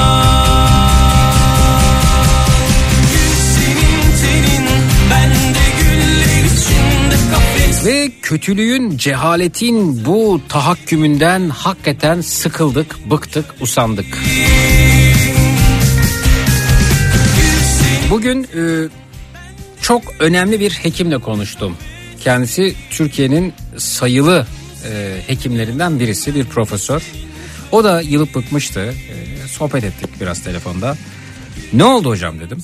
Ve kötülüğün, cehaletin bu tahakkümünden hakikaten sıkıldık, bıktık, usandık. Bugün çok önemli bir hekimle konuştum. Kendisi Türkiye'nin sayılı hekimlerinden birisi, bir profesör. O da yılıp bıkmıştı. Sohbet ettik biraz telefonda. Ne oldu hocam dedim.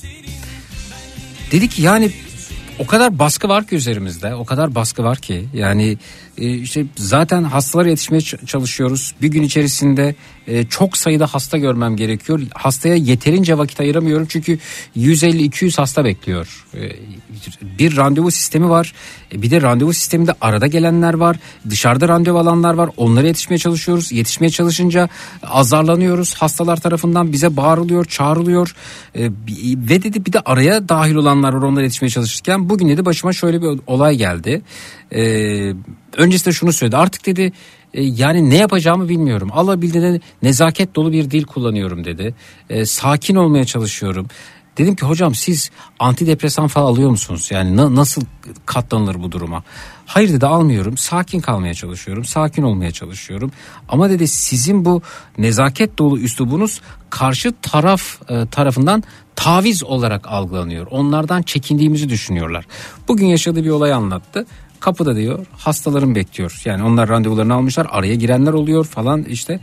Dedi ki yani o kadar baskı var ki üzerimizde, o kadar baskı var ki yani işte zaten hastalara yetişmeye çalışıyoruz. Bir gün içerisinde çok sayıda hasta görmem gerekiyor. Hastaya yeterince vakit ayıramıyorum çünkü 150-200 hasta bekliyor. Bir randevu sistemi var. Bir de randevu sisteminde arada gelenler var. Dışarıda randevu alanlar var. Onlara yetişmeye çalışıyoruz. Yetişmeye çalışınca azarlanıyoruz. Hastalar tarafından bize bağırılıyor, çağrılıyor. Ve dedi bir de araya dahil olanlar var, onlara yetişmeye çalışırken. Bugün dedi başıma şöyle bir olay geldi. Öncesinde şunu söyledi. Artık dedi yani ne yapacağımı bilmiyorum. Alabildiğine nezaket dolu bir dil kullanıyorum dedi. Sakin olmaya çalışıyorum. Dedim ki hocam siz antidepresan falan alıyor musunuz? Yani nasıl katlanılır bu duruma? Hayır dedi almıyorum. Sakin kalmaya çalışıyorum. Sakin olmaya çalışıyorum. Ama dedi sizin bu nezaket dolu üslubunuz karşı tarafından taviz olarak algılanıyor. Onlardan çekindiğimizi düşünüyorlar. Bugün yaşadığı bir olay anlattı. Kapıda diyor hastalarım bekliyor. Yani onlar randevularını almışlar. Araya girenler oluyor falan işte.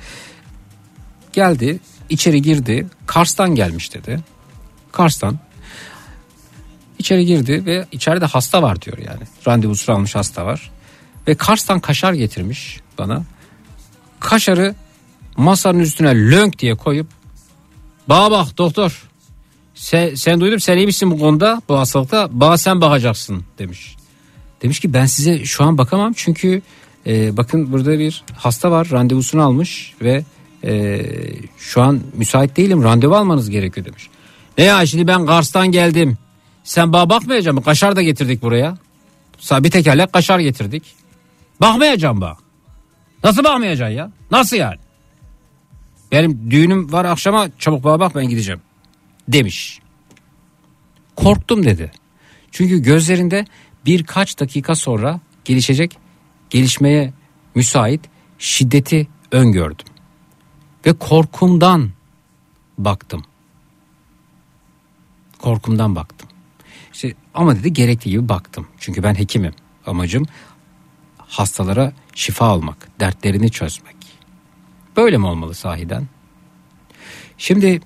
Geldi, içeri girdi. Kars'tan gelmiş dedi. Kars'tan içeri girdi ve içeride hasta var diyor yani. Randevusunu almış hasta var. Ve Kars'tan kaşar getirmiş bana. Kaşarı masanın üstüne lönk diye koyup bana bak doktor sen duydum sen iyi misin bu konuda, bu hastalıkta, bana sen bakacaksın demiş. Demiş ki ben size şu an bakamam çünkü bakın burada bir hasta var, randevusunu almış ve şu an müsait değilim, randevu almanız gerekiyor demiş. Ne ya şimdi ben Kars'tan geldim, sen bana bakmayacak mısın? Kaşar da getirdik buraya, bir tekerlek kaşar getirdik, bakmayacağım bana. Nasıl bakmayacaksın ya, nasıl yani? Benim düğünüm var akşama, çabuk bana bak ben gideceğim demiş. Korktum dedi. Çünkü gözlerinde birkaç dakika sonra gelişmeye müsait şiddeti öngördüm. Ve korkumdan baktım. İşte ama dedi gerektiği gibi baktım. Çünkü ben hekimim. Amacım hastalara şifa almak, dertlerini çözmek. Böyle mi olmalı sahiden? Şimdi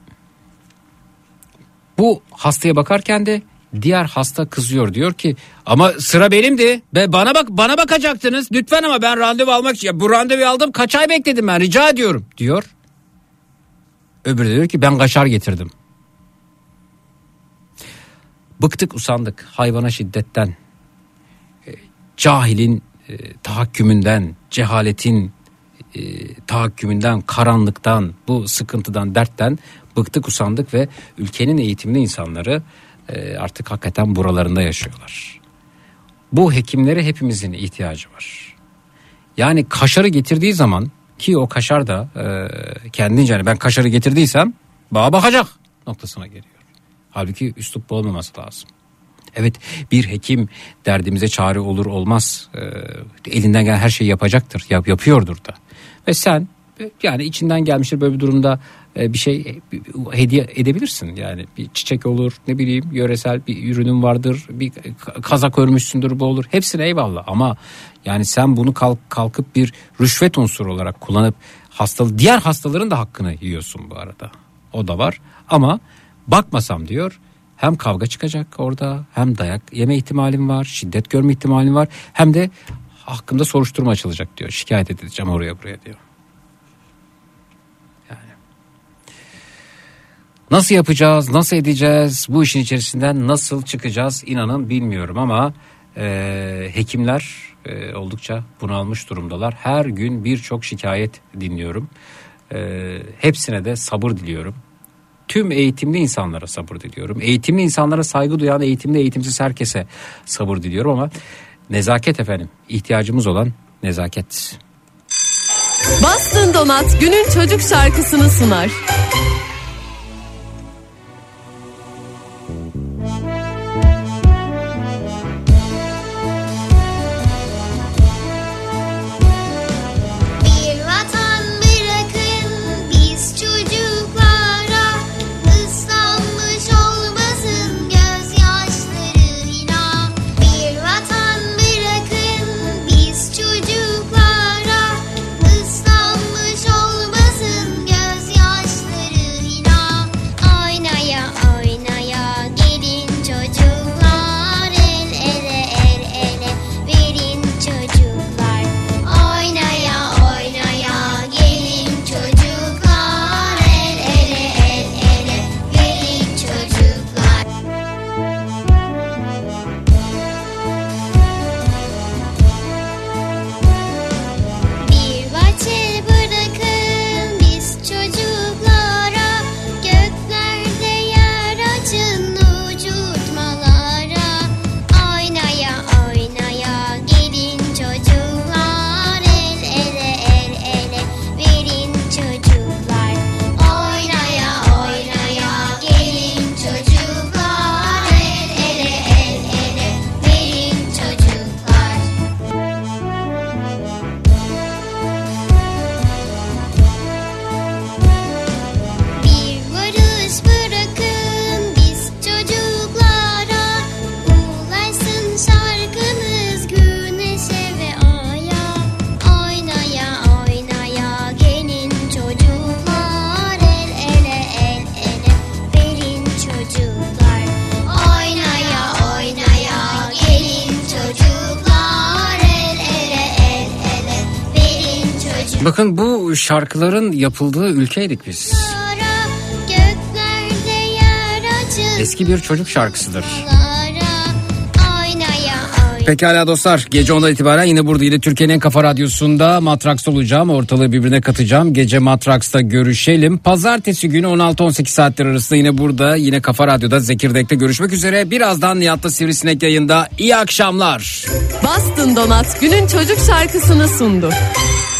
bu hastaya bakarken de diğer hasta kızıyor, diyor ki ama sıra benimdi. Bana bakacaktınız. Lütfen ama ben randevu almak için, bu randevuyu aldım, kaç ay bekledim ben, rica ediyorum diyor. Öbürü diyor ki ben kaşar getirdim. Bıktık, usandık hayvana şiddetten, cahilin tahakkümünden, cehaletin tahakkümünden, karanlıktan, bu sıkıntıdan, dertten bıktık, usandık ve ülkenin eğitimli insanları artık hakikaten buralarında yaşıyorlar. Bu hekimlere hepimizin ihtiyacı var. Yani kaşarı getirdiği zaman, ki o kaşar da kendince hani ben kaşarı getirdiysem bana bakacak noktasına geliyor. Halbuki üslup bu olmaması lazım. Evet, bir hekim derdimize çare olur olmaz, elinden gelen her şeyi yapacaktır, yapıyordur da. Ve sen yani içinden gelmiştir böyle bir durumda bir şey hediye edebilirsin. Yani bir çiçek olur, ne bileyim yöresel bir ürünün vardır, bir kazak örmüşsündür, bu olur. Hepsine eyvallah ama yani sen bunu kalkıp bir rüşvet unsuru olarak kullanıp diğer hastaların da hakkını yiyorsun bu arada. O da var ama bakmasam diyor, hem kavga çıkacak orada, hem dayak yeme ihtimalim var, şiddet görme ihtimalim var, hem de hakkımda soruşturma açılacak diyor. Şikayet edeceğim oraya buraya diyor. Yani nasıl yapacağız, nasıl edeceğiz, bu işin içerisinden nasıl çıkacağız inanın bilmiyorum ama hekimler oldukça bunalmış durumdalar. Her gün birçok şikayet dinliyorum. Hepsine de sabır diliyorum. Tüm eğitimli insanlara sabır diliyorum. Eğitimli insanlara saygı duyan, eğitimli eğitimsiz herkese sabır diliyorum ama Nezaket efendim. İhtiyacımız olan nezaket. Bastın Donat günün çocuk şarkısını sunar. Bakın bu şarkıların yapıldığı ülkeydik biz. Eski bir çocuk şarkısıdır. Pekala dostlar, gece 10'dan itibaren yine burada, yine Türkiye'nin en kafa radyosunda Matraks'ta olacağım. Ortalığı birbirine katacağım. Gece Matraks'ta görüşelim. Pazartesi günü 16-18 saatler arasında yine burada, yine Kafa Radyo'da Zekirdek'te görüşmek üzere. Birazdan Nihat'la Sivrisinek yayında. İyi akşamlar. Bastın Donat günün çocuk şarkısını sundu.